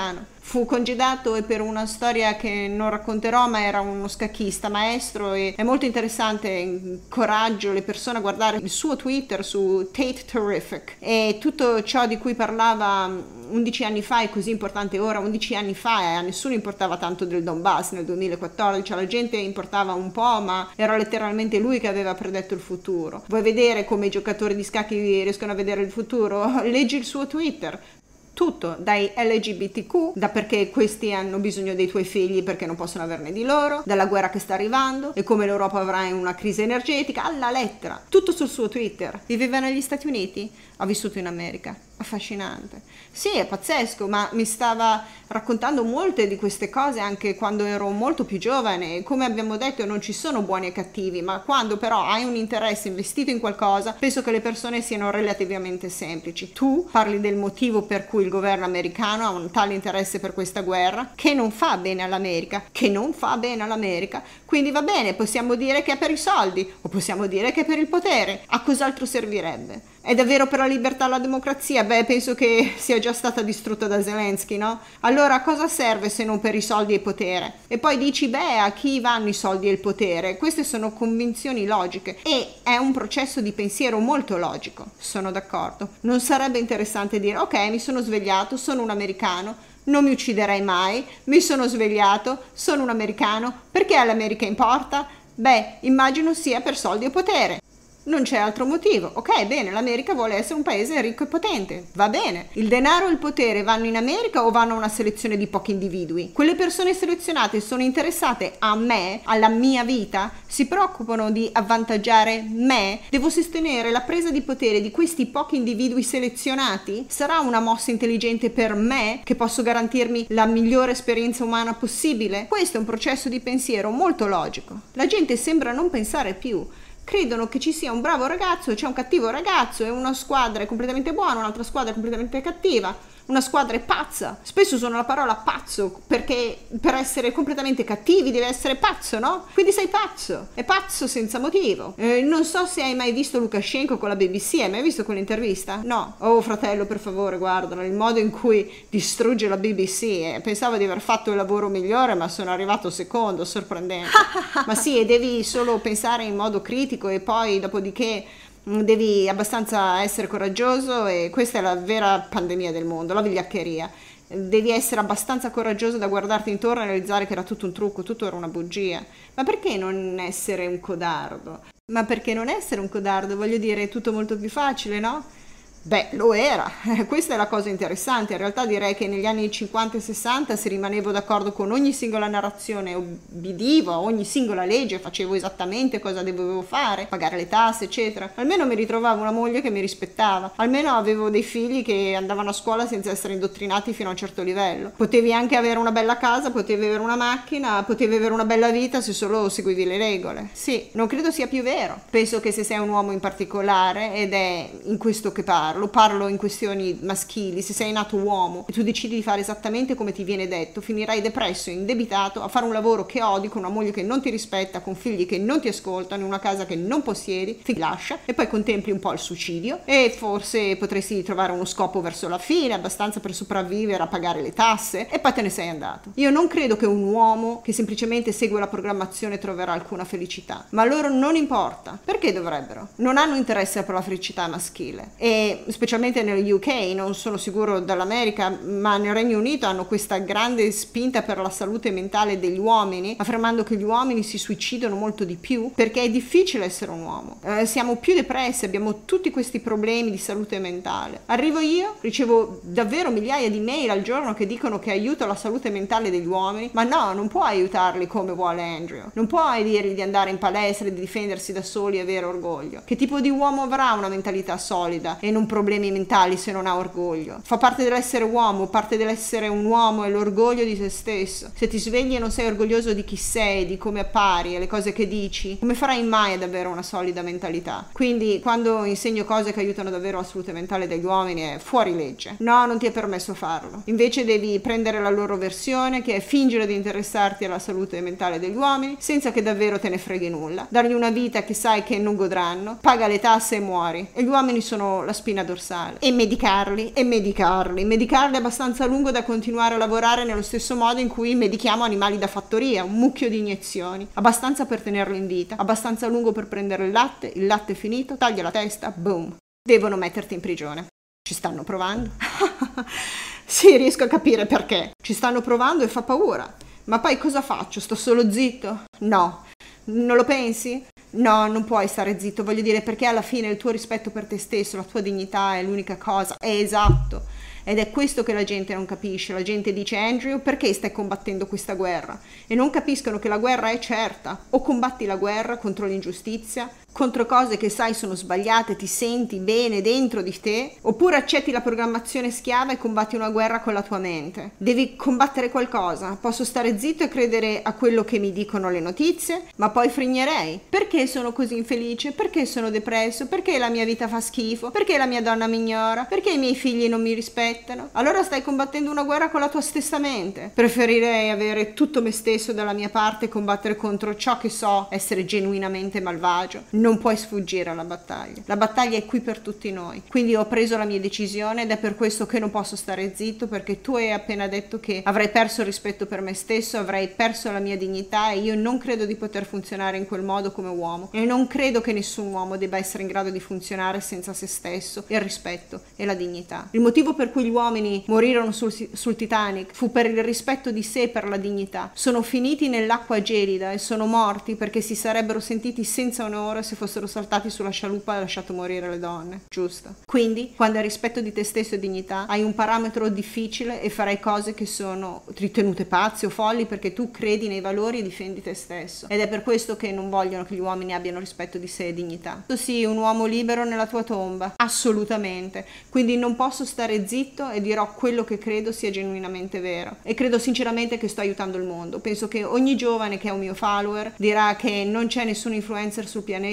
Fu congedato, e per una storia che non racconterò, ma era uno scacchista maestro, e è molto interessante, incoraggio le persone a guardare il suo Twitter su Tate Terrific, e tutto ciò di cui parlava 11 anni fa è così importante ora. 11 anni fa a nessuno importava tanto del Donbass nel 2014, alla gente importava un po', ma era letteralmente lui che aveva predetto il futuro. Vuoi vedere come i giocatori di scacchi riescono a vedere il futuro? Leggi il suo Twitter. Tutto, dai LGBTQ, da perché questi hanno bisogno dei tuoi figli perché non possono averne di loro, dalla guerra che sta arrivando e come l'Europa avrà una crisi energetica, alla lettera, tutto sul suo Twitter. Viveva negli Stati Uniti? Ha vissuto in America. Affascinante. Sì, è pazzesco, ma mi stava raccontando molte di queste cose anche quando ero molto più giovane. Come abbiamo detto, non ci sono buoni e cattivi, ma quando però hai un interesse investito in qualcosa, penso che le persone siano relativamente semplici. Tu parli del motivo per cui il governo americano ha un tale interesse per questa guerra, che non fa bene all'America, quindi va bene, possiamo dire che è per i soldi, o possiamo dire che è per il potere. A cos'altro servirebbe? È davvero per la libertà e la democrazia? Beh, penso che sia già stata distrutta da Zelensky, no? Allora a cosa serve se non per i soldi e il potere? E poi dici: beh, a chi vanno i soldi e il potere? Queste sono convinzioni logiche, e è un processo di pensiero molto logico. Sono d'accordo. Non sarebbe interessante dire: ok, mi sono svegliato, sono un americano, non mi ucciderei mai, mi sono svegliato, sono un americano, perché all'America importa? Beh, immagino sia per soldi e potere. Non c'è altro motivo. Ok, bene, l'America vuole essere un paese ricco e potente. Va bene. Il denaro e il potere vanno in America o vanno a una selezione di pochi individui? Quelle persone selezionate sono interessate a me, alla mia vita? Si preoccupano di avvantaggiare me? Devo sostenere la presa di potere di questi pochi individui selezionati? Sarà una mossa intelligente per me, che posso garantirmi la migliore esperienza umana possibile? Questo è un processo di pensiero molto logico. La gente sembra non pensare più. Credono che ci sia un bravo ragazzo e c'è un cattivo ragazzo, e una squadra è completamente buona, un'altra squadra è completamente cattiva. Una squadra è pazza. Spesso uso la parola pazzo perché per essere completamente cattivi deve essere pazzo, no? Quindi sei pazzo. È pazzo senza motivo. Non so se hai mai visto Lukashenko con la BBC. Hai mai visto quell'intervista? No. Oh fratello, per favore, guardalo. Il modo in cui distrugge la BBC. Pensavo di aver fatto il lavoro migliore, ma sono arrivato secondo. Sorprendente. Ma sì, e devi solo pensare in modo critico e poi dopodiché devi abbastanza essere coraggioso, e questa è la vera pandemia del mondo, la vigliaccheria. Devi essere abbastanza coraggioso da guardarti intorno e realizzare che era tutto un trucco, tutto era una bugia. Ma perché non essere un codardo? Ma perché non essere un codardo? Voglio dire, è tutto molto più facile, no? Beh, lo era. Questa è la cosa interessante. In realtà direi che negli anni 50 e 60, se rimanevo d'accordo con ogni singola narrazione, obbedivo a ogni singola legge, facevo esattamente cosa dovevo fare, pagare le tasse, eccetera. Almeno mi ritrovavo una moglie che mi rispettava. Almeno avevo dei figli che andavano a scuola senza essere indottrinati fino a un certo livello. Potevi anche avere una bella casa, potevi avere una macchina, potevi avere una bella vita se solo seguivi le regole. Sì, non credo sia più vero. Penso che se sei un uomo in particolare, ed è in questo che parlo in questioni maschili, se sei nato uomo e tu decidi di fare esattamente come ti viene detto, finirai depresso e indebitato a fare un lavoro che odi, con una moglie che non ti rispetta, con figli che non ti ascoltano, in una casa che non possiedi, ti lascia, e poi contempli un po' il suicidio, e forse potresti trovare uno scopo verso la fine, abbastanza per sopravvivere, a pagare le tasse, e poi te ne sei andato. Io non credo che un uomo che semplicemente segue la programmazione troverà alcuna felicità, ma a loro non importa. Perché dovrebbero? Non hanno interesse per la felicità maschile, e specialmente nel UK, non sono sicuro dall'America, ma nel Regno Unito hanno questa grande spinta per la salute mentale degli uomini, affermando che gli uomini si suicidano molto di più perché è difficile essere un uomo. Siamo più depressi, abbiamo tutti questi problemi di salute mentale. Arrivo io, ricevo davvero migliaia di mail al giorno che dicono che aiuto la salute mentale degli uomini, ma no, non puoi aiutarli come vuole Andrew. Non puoi dirgli di andare in palestra, di difendersi da soli e avere orgoglio. Che tipo di uomo avrà una mentalità solida e non problemi mentali se non ha orgoglio? Fa parte dell'essere uomo, parte dell'essere un uomo è l'orgoglio di se stesso. Se ti svegli e non sei orgoglioso di chi sei, di come appari e le cose che dici, come farai mai ad avere una solida mentalità? Quindi quando insegno cose che aiutano davvero la salute mentale degli uomini è fuori legge. No, non ti è permesso farlo. Invece devi prendere la loro versione, che è fingere di interessarti alla salute mentale degli uomini senza che davvero te ne freghi nulla, dargli una vita che sai che non godranno, paga le tasse e muori. E gli uomini sono la spina dorsale, e medicarli abbastanza a lungo da continuare a lavorare nello stesso modo in cui medichiamo animali da fattoria, un mucchio di iniezioni, abbastanza per tenerlo in vita, abbastanza a lungo per prendere il latte è finito, taglia la testa, boom, devono metterti in prigione. Ci stanno provando? Sì, riesco a capire perché. Ci stanno provando e fa paura. Ma poi cosa faccio? Sto solo zitto? No. Non lo pensi? No, non puoi stare zitto, voglio dire, perché alla fine il tuo rispetto per te stesso, la tua dignità è l'unica cosa, è esatto. Ed è questo che la gente non capisce. La gente dice: Andrew, perché stai combattendo questa guerra? E non capiscono che la guerra è certa. O combatti la guerra contro l'ingiustizia, contro cose che sai sono sbagliate, ti senti bene dentro di te, oppure accetti la programmazione schiava e combatti una guerra con la tua mente. Devi combattere qualcosa. Posso stare zitto e credere a quello che mi dicono le notizie, ma poi frignerei. Perché sono così infelice? Perché sono depresso? Perché la mia vita fa schifo? Perché la mia donna mi ignora? Perché i miei figli non mi rispettano? Allora stai combattendo una guerra con la tua stessa mente. Preferirei avere tutto me stesso dalla mia parte e combattere contro ciò che so essere genuinamente malvagio. Non puoi sfuggire alla battaglia. La battaglia è qui per tutti noi. Quindi ho preso la mia decisione ed è per questo che non posso stare zitto, perché tu hai appena detto che avrei perso il rispetto per me stesso, avrei perso la mia dignità, e io non credo di poter funzionare in quel modo come uomo, e non credo che nessun uomo debba essere in grado di funzionare senza se stesso, il rispetto e la dignità. Il motivo per cui gli uomini morirono sul Titanic fu per il rispetto di sé e per la dignità. Sono finiti nell'acqua gelida e sono morti perché si sarebbero sentiti senza onore se fossero saltati sulla scialuppa e lasciato morire le donne, giusto? Quindi, quando hai rispetto di te stesso e dignità, hai un parametro difficile e farai cose che sono ritenute pazze o folli perché tu credi nei valori e difendi te stesso. Ed è per questo che non vogliono che gli uomini abbiano rispetto di sé e dignità. Tu sì, un uomo libero nella tua tomba, assolutamente. Quindi non posso stare zitto e dirò quello che credo sia genuinamente vero. E credo sinceramente che sto aiutando il mondo. Penso che ogni giovane che è un mio follower dirà che non c'è nessun influencer sul pianeta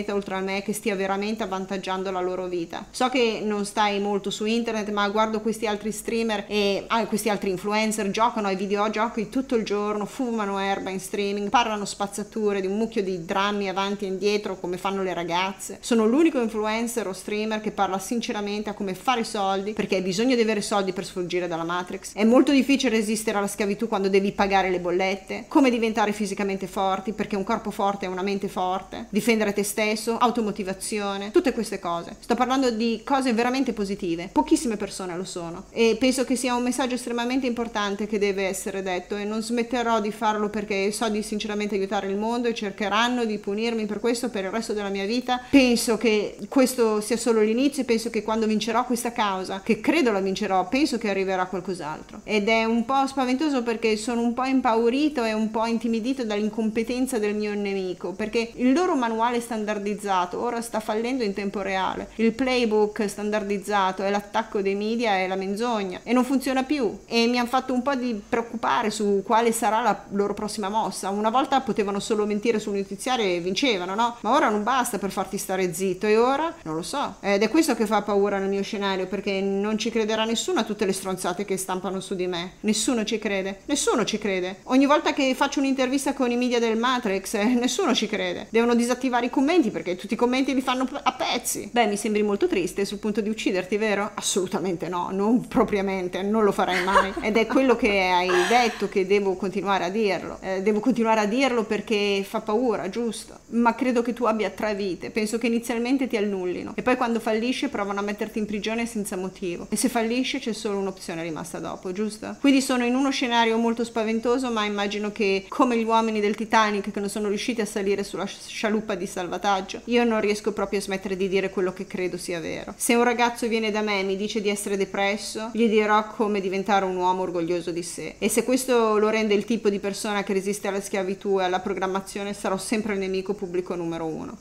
pianeta oltre a me che stia veramente avvantaggiando la loro vita. So che non stai molto su internet, ma guardo questi altri streamer e questi altri influencer, giocano ai videogiochi tutto il giorno, fumano erba in streaming, parlano spazzature di un mucchio di drammi avanti e indietro come fanno le ragazze. Sono l'unico influencer o streamer che parla sinceramente a come fare soldi, perché hai bisogno di avere soldi per sfuggire dalla Matrix. È molto difficile resistere alla schiavitù quando devi pagare le bollette, come diventare fisicamente forti, perché un corpo forte è una mente forte, difendere te stesso, automotivazione, tutte queste cose. Sto parlando di cose veramente positive, pochissime persone lo sono, e penso che sia un messaggio estremamente importante che deve essere detto, e non smetterò di farlo perché so di sinceramente aiutare il mondo e cercheranno di punirmi per questo per il resto della mia vita. Penso che questo sia solo l'inizio, e penso che quando vincerò questa causa, che credo la vincerò, penso che arriverà qualcos'altro. Ed è un po' spaventoso perché sono un po' impaurito e un po' intimidito dall'incompetenza del mio nemico, perché il loro manuale standardizzato ora sta fallendo in tempo reale, il playbook standardizzato è l'attacco dei media e la menzogna, e non funziona più, e mi hanno fatto un po' di preoccupare su quale sarà la loro prossima mossa. Una volta potevano solo mentire sul notiziario e vincevano, no? Ma ora non basta per farti stare zitto, e ora non lo so, ed è questo che fa paura nel mio scenario, perché non ci crederà nessuno a tutte le stronzate che stampano su di me. Nessuno ci crede, nessuno ci crede. Ogni volta che faccio un'intervista con i media del Matrix, nessuno ci crede. Devono disattivare i commenti perché tutti i commenti li fanno a pezzi. Beh, mi sembri molto triste sul punto di ucciderti, vero? Assolutamente no, non propriamente, non lo farai mai. Ed è quello che hai detto che devo continuare a dirlo. Devo continuare a dirlo perché fa paura, giusto? Ma credo che tu abbia 3 vite. Penso che inizialmente ti annullino e poi quando fallisce provano a metterti in prigione senza motivo. E se fallisce c'è solo un'opzione rimasta dopo, giusto? Quindi sono in uno scenario molto spaventoso, ma immagino che come gli uomini del Titanic che non sono riusciti a salire sulla scialuppa di salvataggio, io non riesco proprio a smettere di dire quello che credo sia vero. Se un ragazzo viene da me e mi dice di essere depresso, gli dirò come diventare un uomo orgoglioso di sé, e se questo lo rende il tipo di persona che resiste alla schiavitù e alla programmazione, sarò sempre il nemico pubblico numero 1.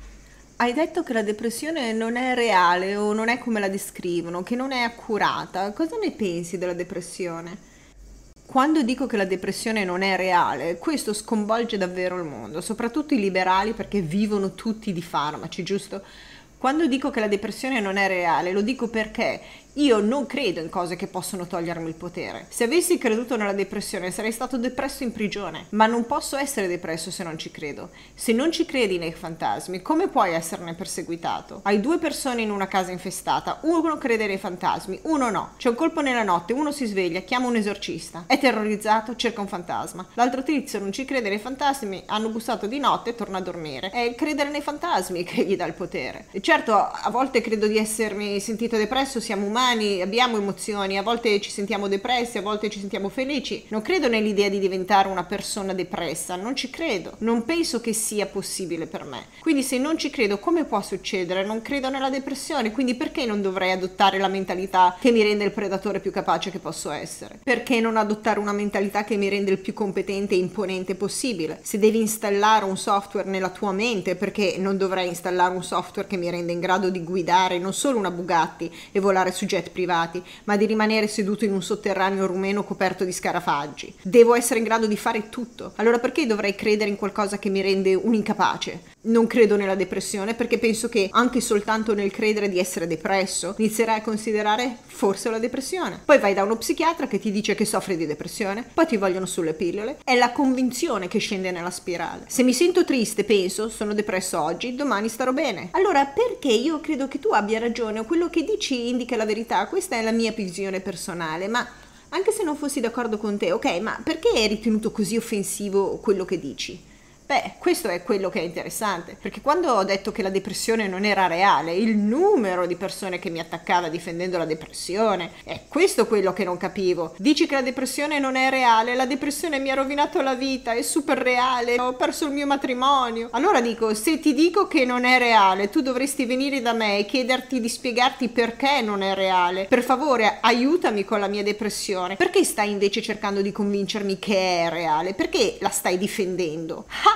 Hai detto che la depressione non è reale o non è come la descrivono, che non è accurata. Cosa ne pensi della depressione? Quando dico che la depressione non è reale, questo sconvolge davvero il mondo, soprattutto i liberali, perché vivono tutti di farmaci, giusto? Quando dico che la depressione non è reale, lo dico perché io non credo in cose che possono togliermi il potere. Se avessi creduto nella depressione sarei stato depresso in prigione, ma non posso essere depresso se non ci credo. Se non ci credi nei fantasmi, come puoi esserne perseguitato? Hai 2 persone in una casa infestata, uno crede nei fantasmi, uno no. C'è un colpo nella notte, uno si sveglia, chiama un esorcista, è terrorizzato, cerca un fantasma. L'altro tizio non ci crede nei fantasmi, hanno bussato di notte e torna a dormire. È il credere nei fantasmi che gli dà il potere. E certo, a volte credo di essermi sentito depresso, siamo umani, abbiamo emozioni, a volte ci sentiamo depressi, a volte ci sentiamo felici. Non credo nell'idea di diventare una persona depressa, non ci credo, non penso che sia possibile per me. Quindi se non ci credo, come può succedere? Non credo nella depressione, quindi perché non dovrei adottare la mentalità che mi rende il predatore più capace che posso essere? Perché non adottare una mentalità che mi rende il più competente e imponente possibile? Se devi installare un software nella tua mente, perché non dovrei installare un software che mi rende in grado di guidare non solo una Bugatti e volare su jet privati, ma di rimanere seduto in un sotterraneo rumeno coperto di scarafaggi? Devo essere in grado di fare tutto. Allora perché dovrei credere in qualcosa che mi rende un incapace? Non credo nella depressione perché penso che anche soltanto nel credere di essere depresso inizierai a considerare forse la depressione. Poi vai da uno psichiatra che ti dice che soffri di depressione, poi ti vogliono sulle pillole. È la convinzione che scende nella spirale. Se mi sento triste, penso, sono depresso oggi, domani starò bene. Allora perché io credo che tu abbia ragione o quello che dici indica la verità? Questa è la mia visione personale, ma anche se non fossi d'accordo con te, ok, ma perché hai ritenuto così offensivo quello che dici? Beh, questo è quello che è interessante, perché quando ho detto che la depressione non era reale, il numero di persone che mi attaccava difendendo la depressione, è questo quello che non capivo. Dici che la depressione non è reale, la depressione mi ha rovinato la vita, è super reale, ho perso il mio matrimonio. Allora dico, se ti dico che non è reale, tu dovresti venire da me e chiederti di spiegarti perché non è reale. Per favore, aiutami con la mia depressione. Perché stai invece cercando di convincermi che è reale? Perché la stai difendendo? Ah!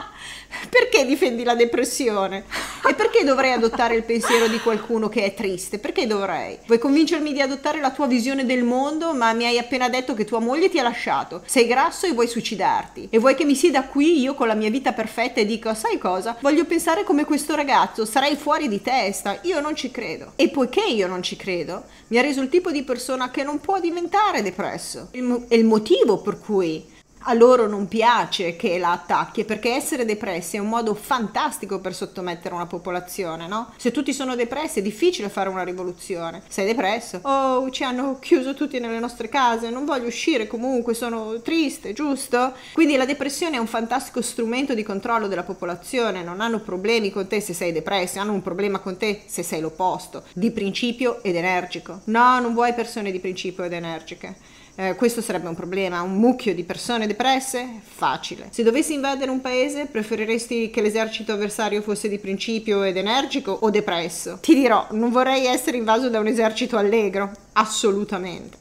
Perché difendi la depressione? E perché dovrei adottare il pensiero di qualcuno che è triste? Perché dovrei? Vuoi convincermi di adottare la tua visione del mondo, ma mi hai appena detto che tua moglie ti ha lasciato, sei grasso e vuoi suicidarti, e vuoi che mi sieda qui io con la mia vita perfetta e dico, sai cosa? Voglio pensare come questo ragazzo, sarei fuori di testa. Io non ci credo. E poiché io non ci credo, mi ha reso il tipo di persona che non può diventare depresso. E il motivo per cui a loro non piace che la attacchi, perché essere depressi è un modo fantastico per sottomettere una popolazione, no? Se tutti sono depressi è difficile fare una rivoluzione. Sei depresso? Oh, ci hanno chiuso tutti nelle nostre case, non voglio uscire comunque, sono triste, giusto? Quindi la depressione è un fantastico strumento di controllo della popolazione. Non hanno problemi con te se sei depresso, hanno un problema con te se sei l'opposto, di principio ed energico. No, non vuoi persone di principio ed energiche. Questo sarebbe un problema, un mucchio di persone depresse? Facile. Se dovessi invadere un paese, preferiresti che l'esercito avversario fosse di principio ed energico o depresso? Ti dirò, non vorrei essere invaso da un esercito allegro, assolutamente.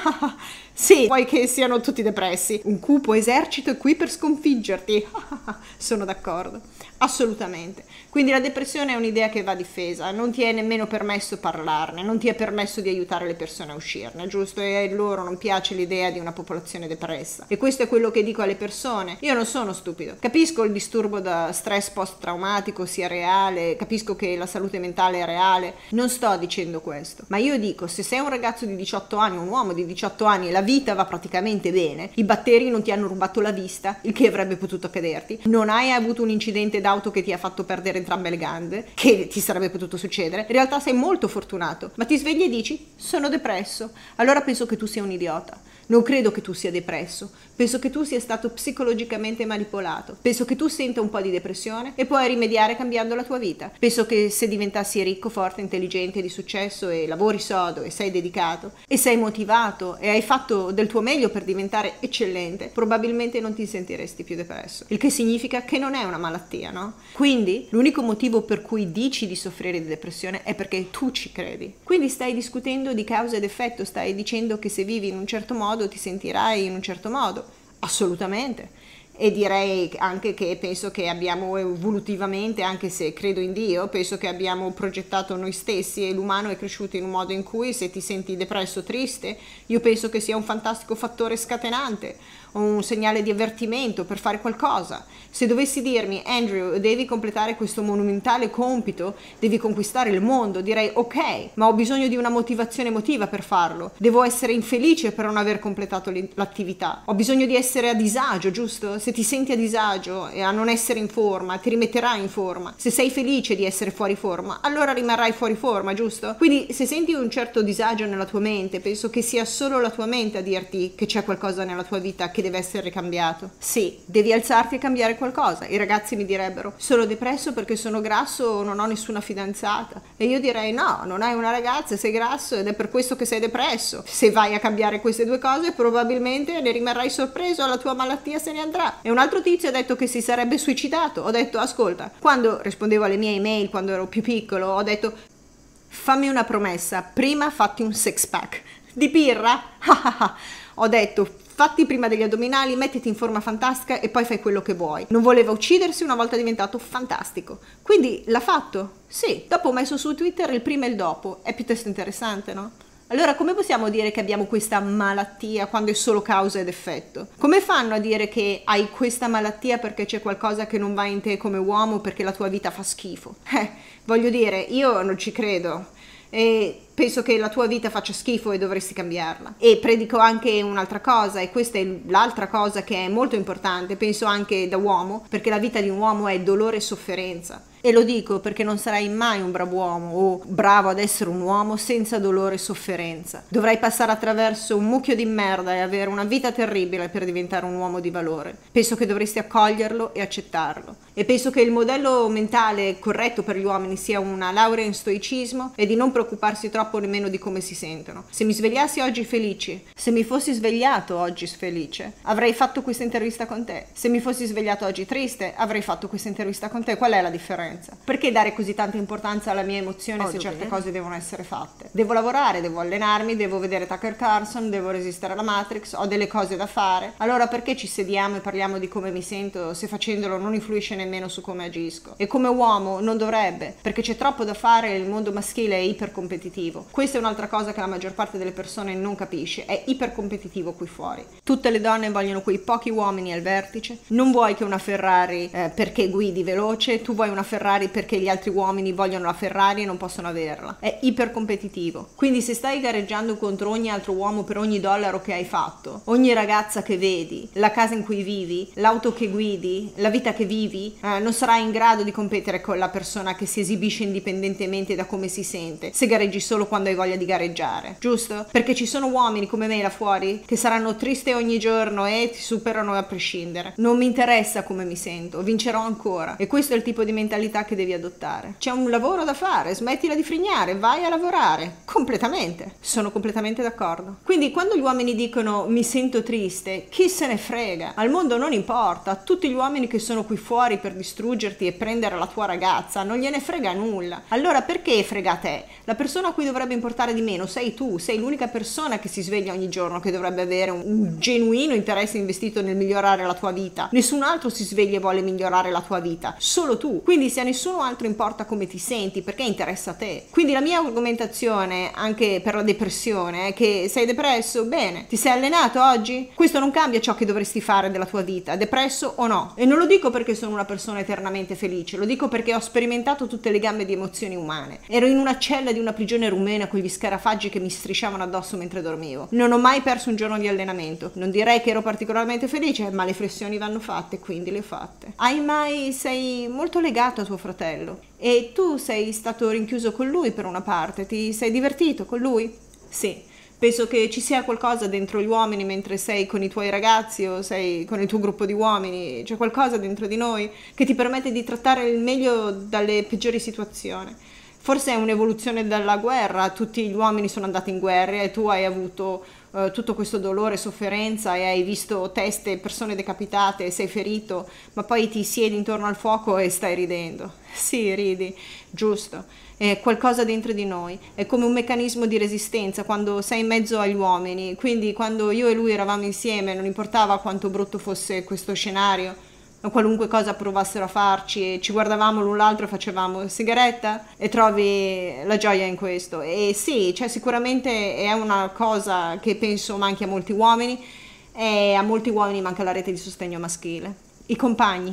Sì, vuoi che siano tutti depressi. Un cupo esercito è qui per sconfiggerti. Sono d'accordo, assolutamente. Quindi la depressione è un'idea che va difesa, non ti è nemmeno permesso parlarne, non ti è permesso di aiutare le persone a uscirne, giusto? E a loro non piace l'idea di una popolazione depressa. E questo è quello che dico alle persone. Io non sono stupido. Capisco il disturbo da stress post-traumatico sia reale, capisco che la salute mentale è reale. Non sto dicendo questo. Ma io dico, se sei un ragazzo di 18 anni, un uomo di 18 anni e la vita va praticamente bene, i batteri non ti hanno rubato la vista, il che avrebbe potuto accadere, non hai avuto un incidente d'auto che ti ha fatto perdere entrambe le gambe, che ti sarebbe potuto succedere, in realtà sei molto fortunato, ma ti svegli e dici sono depresso, allora penso che tu sia un idiota. Non credo che tu sia depresso, penso che tu sia stato psicologicamente manipolato, penso che tu senta un po' di depressione e puoi rimediare cambiando la tua vita. Penso che se diventassi ricco, forte, intelligente, di successo e lavori sodo e sei dedicato e sei motivato e hai fatto del tuo meglio per diventare eccellente, probabilmente non ti sentiresti più depresso, il che significa che non è una malattia, no? Quindi l'unico motivo per cui dici di soffrire di depressione è perché tu ci credi. Quindi stai discutendo di causa ed effetto, stai dicendo che se vivi in un certo modo ti sentirai in un certo modo. Assolutamente. E direi anche che penso che abbiamo evolutivamente, anche se credo in Dio, penso che abbiamo progettato noi stessi e l'umano è cresciuto in un modo in cui se ti senti depresso o triste, io penso che sia un fantastico fattore scatenante, un segnale di avvertimento per fare qualcosa. Se dovessi dirmi Andrew, devi completare questo monumentale compito, devi conquistare il mondo, direi ok, ma ho bisogno di una motivazione emotiva per farlo, devo essere infelice per non aver completato l'attività, ho bisogno di essere a disagio, giusto? Se ti senti a disagio e a non essere in forma, ti rimetterai in forma. Se sei felice di essere fuori forma, allora rimarrai fuori forma, giusto? Quindi se senti un certo disagio nella tua mente, penso che sia solo la tua mente a dirti che c'è qualcosa nella tua vita che deve essere cambiato. Sì, devi alzarti e cambiare qualcosa. I ragazzi mi direbbero sono depresso perché sono grasso o non ho nessuna fidanzata, e io direi no, non hai una ragazza, sei grasso ed è per questo che sei depresso. Se vai a cambiare queste due cose probabilmente ne rimarrai sorpreso, la tua malattia se ne andrà. E un altro tizio ha detto che si sarebbe suicidato. Ho detto ascolta, quando rispondevo alle mie email quando ero più piccolo, ho detto fammi una promessa, prima fatti un six pack di birra. Ho detto fatti prima degli addominali, mettiti in forma fantastica e poi fai quello che vuoi. Non voleva uccidersi una volta diventato fantastico, quindi l'ha fatto. Sì, dopo ho messo su Twitter il prima e il dopo. È piuttosto interessante, no? Allora come possiamo dire che abbiamo questa malattia quando è solo causa ed effetto? Come fanno a dire che hai questa malattia perché c'è qualcosa che non va in te come uomo, perché la tua vita fa schifo? Voglio dire, io non ci credo e penso che la tua vita faccia schifo e dovresti cambiarla. E predico anche un'altra cosa, e questa è l'altra cosa che è molto importante, penso anche da uomo, perché la vita di un uomo è dolore e sofferenza. E lo dico perché non sarai mai un bravo uomo o bravo ad essere un uomo senza dolore e sofferenza. Dovrai passare attraverso un mucchio di merda e avere una vita terribile per diventare un uomo di valore. Penso che dovresti accoglierlo e accettarlo. E penso che il modello mentale corretto per gli uomini sia una laurea in stoicismo e di non preoccuparsi troppo troppo nemmeno di come si sentono. Se mi svegliassi oggi felice, se mi fossi svegliato oggi felice, avrei fatto questa intervista con te. Se mi fossi svegliato oggi triste, avrei fatto questa intervista con te. Qual è la differenza? Perché dare così tanta importanza alla mia emozione se certe cose devono essere fatte? Devo lavorare, devo allenarmi, devo vedere Tucker Carlson, devo resistere alla Matrix, ho delle cose da fare. Allora perché ci sediamo e parliamo di come mi sento se facendolo non influisce nemmeno su come agisco? E come uomo non dovrebbe, perché c'è troppo da fare e il mondo maschile è ipercompetitivo. Questa è un'altra cosa che la maggior parte delle persone non capisce, è ipercompetitivo qui fuori. Tutte le donne vogliono quei pochi uomini al vertice. Non vuoi che una Ferrari perché guidi veloce, tu vuoi una Ferrari perché gli altri uomini vogliono la Ferrari e non possono averla. È ipercompetitivo. Quindi se stai gareggiando contro ogni altro uomo per ogni dollaro che hai fatto, ogni ragazza che vedi, la casa in cui vivi, l'auto che guidi, la vita che vivi, non sarai in grado di competere con la persona che si esibisce indipendentemente da come si sente, se gareggi solo quando hai voglia di gareggiare, giusto? Perché ci sono uomini come me là fuori che saranno tristi ogni giorno e ti superano a prescindere. Non mi interessa come mi sento, vincerò ancora. E questo è il tipo di mentalità che devi adottare. C'è un lavoro da fare, smettila di frignare, vai a lavorare. Completamente. Sono completamente d'accordo. Quindi quando gli uomini dicono mi sento triste, chi se ne frega? Al mondo non importa, a tutti gli uomini che sono qui fuori per distruggerti e prendere la tua ragazza non gliene frega nulla. Allora perché frega te? La persona a cui dovrebbe importare di meno sei tu, sei l'unica persona che si sveglia ogni giorno che dovrebbe avere un genuino interesse investito nel migliorare la tua vita. Nessun altro si sveglia e vuole migliorare la tua vita, solo tu. Quindi se a nessuno altro importa come ti senti, perché interessa a te? Quindi la mia argomentazione anche per la depressione è che sei depresso, bene, ti sei allenato oggi? Questo non cambia ciò che dovresti fare della tua vita, depresso o no. E non lo dico perché sono una persona eternamente felice, lo dico perché ho sperimentato tutte le gambe di emozioni umane. Ero in una cella di una prigione rumena con gli scarafaggi che mi strisciavano addosso mentre dormivo. Non ho mai perso un giorno di allenamento. Non direi che ero particolarmente felice, ma le flessioni vanno fatte, quindi le ho fatte. Sei molto legato a tuo fratello e tu sei stato rinchiuso con lui per una parte, ti sei divertito con lui? Sì. Penso che ci sia qualcosa dentro gli uomini mentre sei con i tuoi ragazzi o sei con il tuo gruppo di uomini, c'è qualcosa dentro di noi che ti permette di trattare il meglio dalle peggiori situazioni. Forse è un'evoluzione dalla guerra, tutti gli uomini sono andati in guerra e tu hai avuto tutto questo dolore e sofferenza e hai visto teste e persone decapitate e sei ferito, ma poi ti siedi intorno al fuoco e stai ridendo. Sì, ridi, giusto. È qualcosa dentro di noi, è come un meccanismo di resistenza quando sei in mezzo agli uomini. Quindi quando io e lui eravamo insieme non importava quanto brutto fosse questo scenario o qualunque cosa provassero a farci e ci guardavamo l'un l'altro e facevamo sigaretta e trovi la gioia in questo. E sì, cioè sicuramente è una cosa che penso manchi a molti uomini e a molti uomini manca la rete di sostegno maschile, i compagni.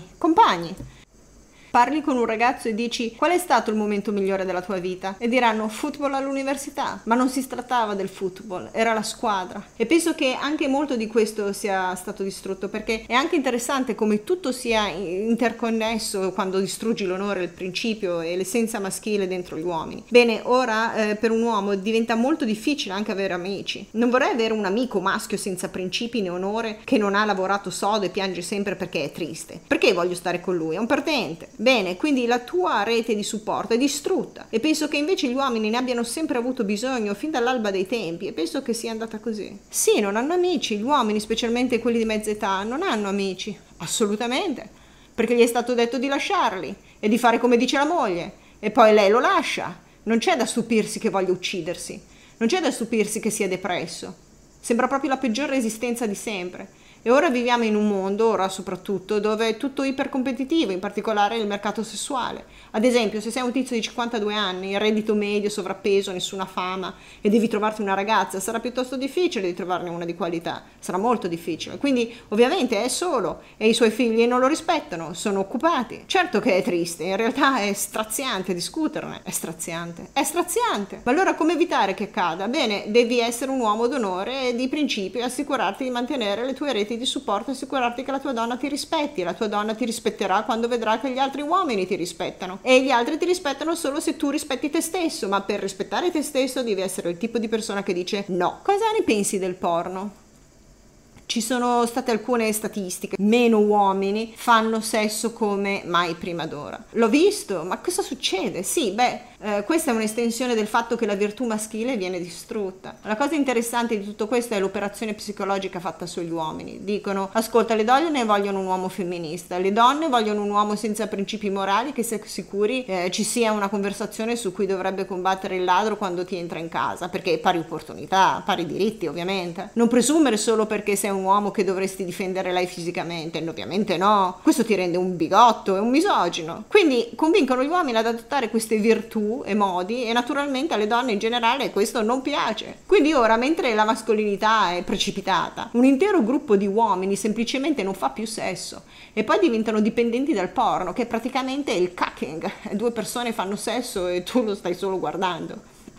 Parli con un ragazzo e dici qual è stato il momento migliore della tua vita? E diranno football all'università, ma non si trattava del football, era la squadra. E penso che anche molto di questo sia stato distrutto, perché è anche interessante come tutto sia interconnesso quando distruggi l'onore, il principio e l'essenza maschile dentro gli uomini. Bene, ora per un uomo diventa molto difficile anche avere amici. Non vorrei avere un amico maschio senza principi né onore, che non ha lavorato sodo e piange sempre perché è triste. Perché voglio stare con lui? È un perdente. Bene, quindi la tua rete di supporto è distrutta e penso che invece gli uomini ne abbiano sempre avuto bisogno fin dall'alba dei tempi e penso che sia andata così. Sì, non hanno amici, gli uomini, specialmente quelli di mezza età, non hanno amici, assolutamente, perché gli è stato detto di lasciarli e di fare come dice la moglie e poi lei lo lascia. Non c'è da stupirsi che voglia uccidersi, non c'è da stupirsi che sia depresso, sembra proprio la peggior resistenza di sempre. E ora viviamo in un mondo, ora soprattutto, dove è tutto ipercompetitivo, in particolare il mercato sessuale. Ad esempio, se sei un tizio di 52 anni, reddito medio, sovrappeso, nessuna fama e devi trovarti una ragazza, sarà piuttosto difficile di trovarne una di qualità, sarà molto difficile. Quindi ovviamente è solo e i suoi figli non lo rispettano, sono occupati. Certo che è triste, in realtà è straziante discuterne, è straziante. Ma allora come evitare che accada? Bene, devi essere un uomo d'onore e di principio e assicurarti di mantenere le tue reti di supporto, assicurarti che la tua donna ti rispetti. La tua donna ti rispetterà quando vedrà che gli altri uomini ti rispettano e gli altri ti rispettano solo se tu rispetti te stesso, ma per rispettare te stesso devi essere il tipo di persona che dice no. Cosa ne pensi del porno? Ci sono state alcune statistiche, meno uomini fanno sesso come mai prima d'ora. L'ho visto, ma cosa succede? Sì, Questa è un'estensione del fatto che la virtù maschile viene distrutta. La cosa interessante di tutto questo è l'operazione psicologica fatta sugli uomini. Dicono: ascolta, le donne vogliono un uomo femminista, le donne vogliono un uomo senza principi morali, che sia sicuri ci sia una conversazione su cui dovrebbe combattere il ladro quando ti entra in casa, perché pari opportunità, pari diritti ovviamente. Non presumere solo perché sei un uomo che dovresti difendere lei fisicamente, ovviamente no, questo ti rende un bigotto e un misogino. Quindi convincono gli uomini ad adottare queste virtù e modi, e naturalmente alle donne in generale questo non piace. Quindi ora, mentre la mascolinità è precipitata, un intero gruppo di uomini semplicemente non fa più sesso e poi diventano dipendenti dal porno, che è praticamente il cucking. 2 persone fanno sesso e tu lo stai solo guardando.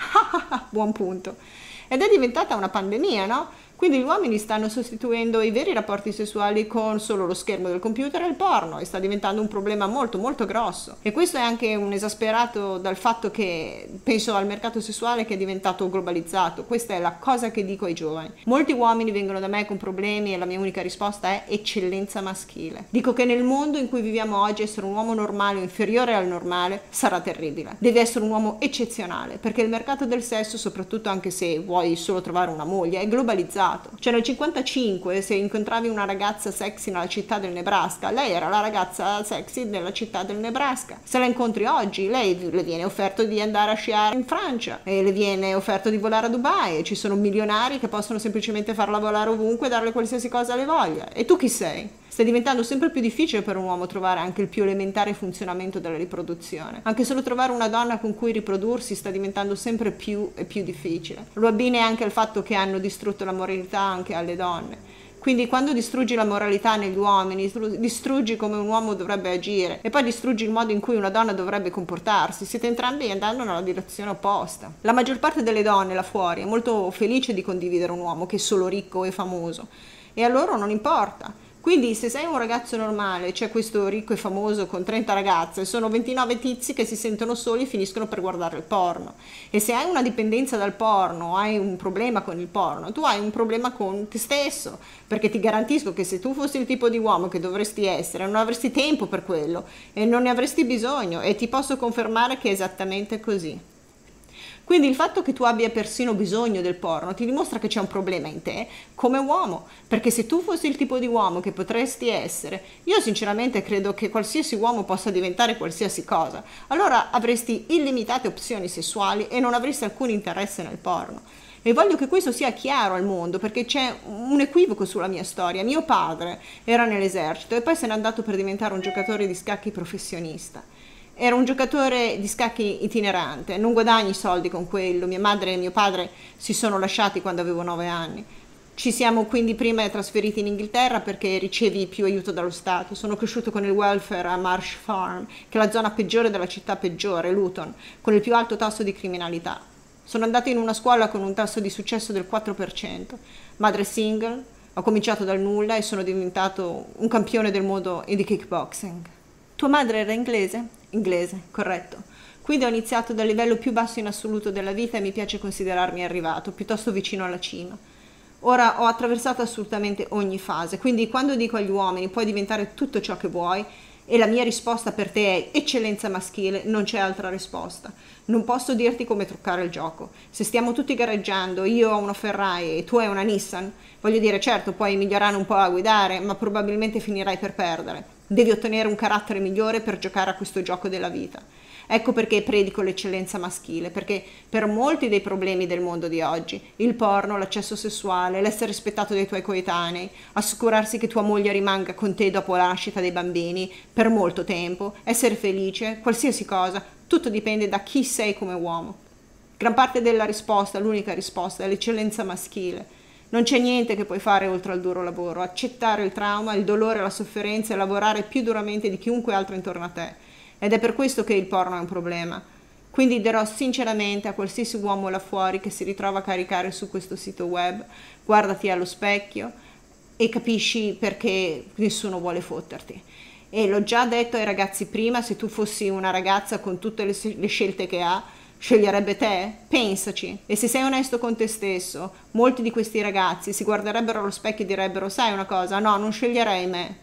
Buon punto. Ed è diventata una pandemia, no? Quindi gli uomini stanno sostituendo i veri rapporti sessuali con solo lo schermo del computer e il porno, e sta diventando un problema molto molto grosso. E questo è anche un esasperato dal fatto che penso al mercato sessuale, che è diventato globalizzato. Questa è la cosa che dico ai giovani. Molti uomini vengono da me con problemi e la mia unica risposta è eccellenza maschile. Dico che nel mondo in cui viviamo oggi essere un uomo normale o inferiore al normale sarà terribile. Devi essere un uomo eccezionale, perché il mercato del sesso, soprattutto anche se vuoi solo trovare una moglie, è globalizzato. Cioè nel 55, se incontravi una ragazza sexy nella città del Nebraska, lei era la ragazza sexy della città del Nebraska. Se la incontri oggi, le viene offerto di andare a sciare in Francia, e le viene offerto di volare a Dubai, e ci sono milionari che possono semplicemente farla volare ovunque e darle qualsiasi cosa le voglia. E tu chi sei? Sta diventando sempre più difficile per un uomo trovare anche il più elementare funzionamento della riproduzione. Anche solo trovare una donna con cui riprodursi sta diventando sempre più e più difficile. Lo abbini anche al fatto che hanno distrutto la moralità anche alle donne. Quindi quando distruggi la moralità negli uomini, distruggi come un uomo dovrebbe agire, e poi distruggi il modo in cui una donna dovrebbe comportarsi. Siete entrambi andando nella direzione opposta. La maggior parte delle donne là fuori è molto felice di condividere un uomo che è solo ricco e famoso, e a loro non importa. Quindi se sei un ragazzo normale, c'è questo ricco e famoso con 30 ragazze, sono 29 tizi che si sentono soli e finiscono per guardare il porno. E se hai una dipendenza dal porno, hai un problema con il porno, tu hai un problema con te stesso, perché ti garantisco che se tu fossi il tipo di uomo che dovresti essere, non avresti tempo per quello e non ne avresti bisogno, e ti posso confermare che è esattamente così. Quindi il fatto che tu abbia persino bisogno del porno ti dimostra che c'è un problema in te come uomo, perché se tu fossi il tipo di uomo che potresti essere, io sinceramente credo che qualsiasi uomo possa diventare qualsiasi cosa, allora avresti illimitate opzioni sessuali e non avresti alcun interesse nel porno. E voglio che questo sia chiaro al mondo, perché c'è un equivoco sulla mia storia. Mio padre era nell'esercito e poi se n'è andato per diventare un giocatore di scacchi professionista. Era un giocatore di scacchi itinerante, non guadagni soldi con quello. Mia madre e mio padre si sono lasciati quando avevo 9 anni. Ci siamo quindi prima trasferiti in Inghilterra perché ricevi più aiuto dallo Stato. Sono cresciuto con il welfare a Marsh Farm, che è la zona peggiore della città peggiore, Luton, con il più alto tasso di criminalità. Sono andata in una scuola con un tasso di successo del 4%. Madre single, ho cominciato dal nulla e sono diventato un campione del mondo di kickboxing. Tua madre era inglese? Inglese, corretto. Quindi ho iniziato dal livello più basso in assoluto della vita e mi piace considerarmi arrivato, piuttosto vicino alla cima. Ora ho attraversato assolutamente ogni fase, quindi quando dico agli uomini puoi diventare tutto ciò che vuoi, e la mia risposta per te è eccellenza maschile, non c'è altra risposta. Non posso dirti come truccare il gioco. Se stiamo tutti gareggiando, io ho una Ferrari e tu hai una Nissan, voglio dire, certo puoi migliorare un po' a guidare, ma probabilmente finirai per perdere. Devi ottenere un carattere migliore per giocare a questo gioco della vita. Ecco perché predico l'eccellenza maschile, perché per molti dei problemi del mondo di oggi, il porno, l'accesso sessuale, l'essere rispettato dai tuoi coetanei, assicurarsi che tua moglie rimanga con te dopo la nascita dei bambini per molto tempo, essere felice, qualsiasi cosa, tutto dipende da chi sei come uomo. Gran parte della risposta, l'unica risposta, è l'eccellenza maschile. Non c'è niente che puoi fare oltre al duro lavoro, accettare il trauma, il dolore, la sofferenza e lavorare più duramente di chiunque altro intorno a te. Ed è per questo che il porno è un problema. Quindi dirò sinceramente a qualsiasi uomo là fuori che si ritrova a caricare su questo sito web, guardati allo specchio e capisci perché nessuno vuole fotterti. E l'ho già detto ai ragazzi prima, se tu fossi una ragazza con tutte le scelte che ha, sceglierebbe te? Pensaci. E se sei onesto con te stesso, molti di questi ragazzi si guarderebbero allo specchio e direbbero: sai una cosa, no, non sceglierei me.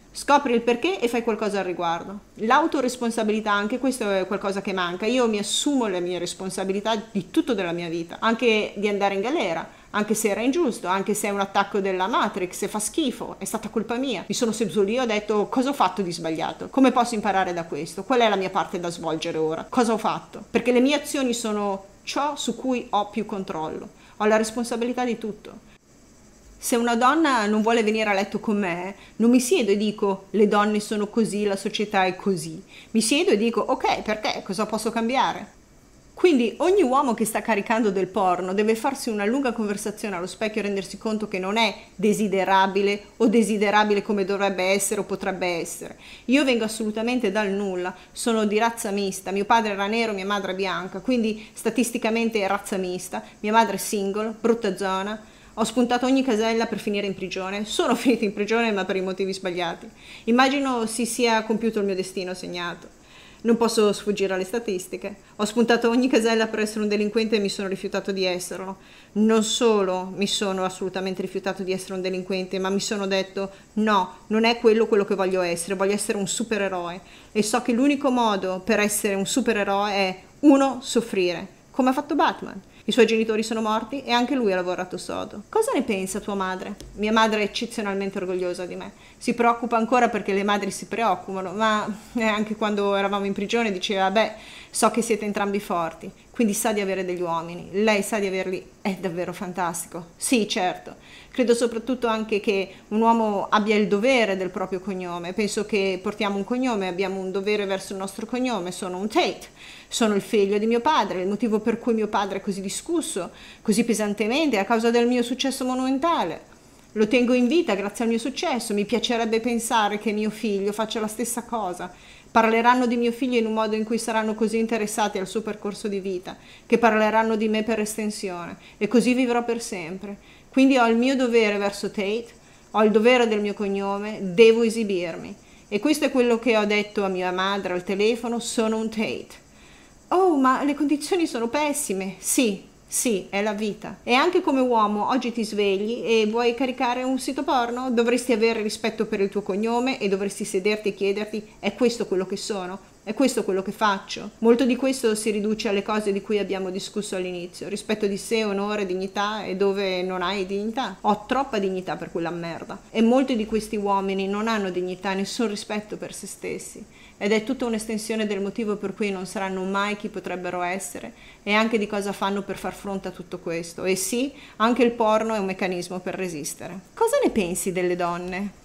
Scopri il perché e fai qualcosa al riguardo. L'autoresponsabilità, anche questo è qualcosa che manca. Io mi assumo le mie responsabilità di tutto della mia vita, anche di andare in galera, anche se era ingiusto, anche se è un attacco della Matrix, se fa schifo, è stata colpa mia. Mi sono seduto lì e ho detto: cosa ho fatto di sbagliato? Come posso imparare da questo? Qual è la mia parte da svolgere ora? Cosa ho fatto? Perché le mie azioni sono ciò su cui ho più controllo. Ho la responsabilità di tutto. Se una donna non vuole venire a letto con me, non mi siedo e dico: le donne sono così, la società è così. Mi siedo e dico: ok, perché? Cosa posso cambiare? Quindi ogni uomo che sta caricando del porno deve farsi una lunga conversazione allo specchio e rendersi conto che non è desiderabile o desiderabile come dovrebbe essere o potrebbe essere. Io vengo assolutamente dal nulla, sono di razza mista, mio padre era nero, mia madre è bianca, quindi statisticamente è razza mista, mia madre è single, brutta zona. Ho spuntato ogni casella per finire in prigione. Sono finita in prigione, ma per i motivi sbagliati. Immagino si sia compiuto il mio destino segnato. Non posso sfuggire alle statistiche. Ho spuntato ogni casella per essere un delinquente e mi sono rifiutato di esserlo. Non solo mi sono assolutamente rifiutato di essere un delinquente, ma mi sono detto: no, non è quello che voglio essere un supereroe. E so che l'unico modo per essere un supereroe è, 1, soffrire, come ha fatto Batman. I suoi genitori sono morti e anche lui ha lavorato sodo. Cosa ne pensa tua madre? Mia madre è eccezionalmente orgogliosa di me. Si preoccupa ancora perché le madri si preoccupano, ma anche quando eravamo in prigione diceva: beh, so che siete entrambi forti, quindi sa di avere degli uomini. Lei sa di averli, è davvero fantastico. Sì, certo. Credo soprattutto anche che un uomo abbia il dovere del proprio cognome. Penso che portiamo un cognome, abbiamo un dovere verso il nostro cognome. Sono un Tate. Sono il figlio di mio padre, il motivo per cui mio padre è così discusso, così pesantemente, è a causa del mio successo monumentale. Lo tengo in vita grazie al mio successo, mi piacerebbe pensare che mio figlio faccia la stessa cosa. Parleranno di mio figlio in un modo in cui saranno così interessati al suo percorso di vita, che parleranno di me per estensione, e così vivrò per sempre. Quindi ho il mio dovere verso Tate, ho il dovere del mio cognome, devo esibirmi. E questo è quello che ho detto a mia madre al telefono: sono un Tate. Oh, ma le condizioni sono pessime. Sì, è la vita. E anche come uomo, oggi ti svegli e vuoi caricare un sito porno? Dovresti avere rispetto per il tuo cognome e dovresti sederti e chiederti: è questo quello che sono? È questo quello che faccio? Molto di questo si riduce alle cose di cui abbiamo discusso all'inizio: rispetto di sé, onore, dignità, e dove non hai dignità. Ho troppa dignità per quella merda. E molti di questi uomini non hanno dignità, nessun rispetto per se stessi. Ed è tutta un'estensione del motivo per cui non saranno mai chi potrebbero essere, e anche di cosa fanno per far fronte a tutto questo. E sì, anche il porno è un meccanismo per resistere. Cosa ne pensi delle donne?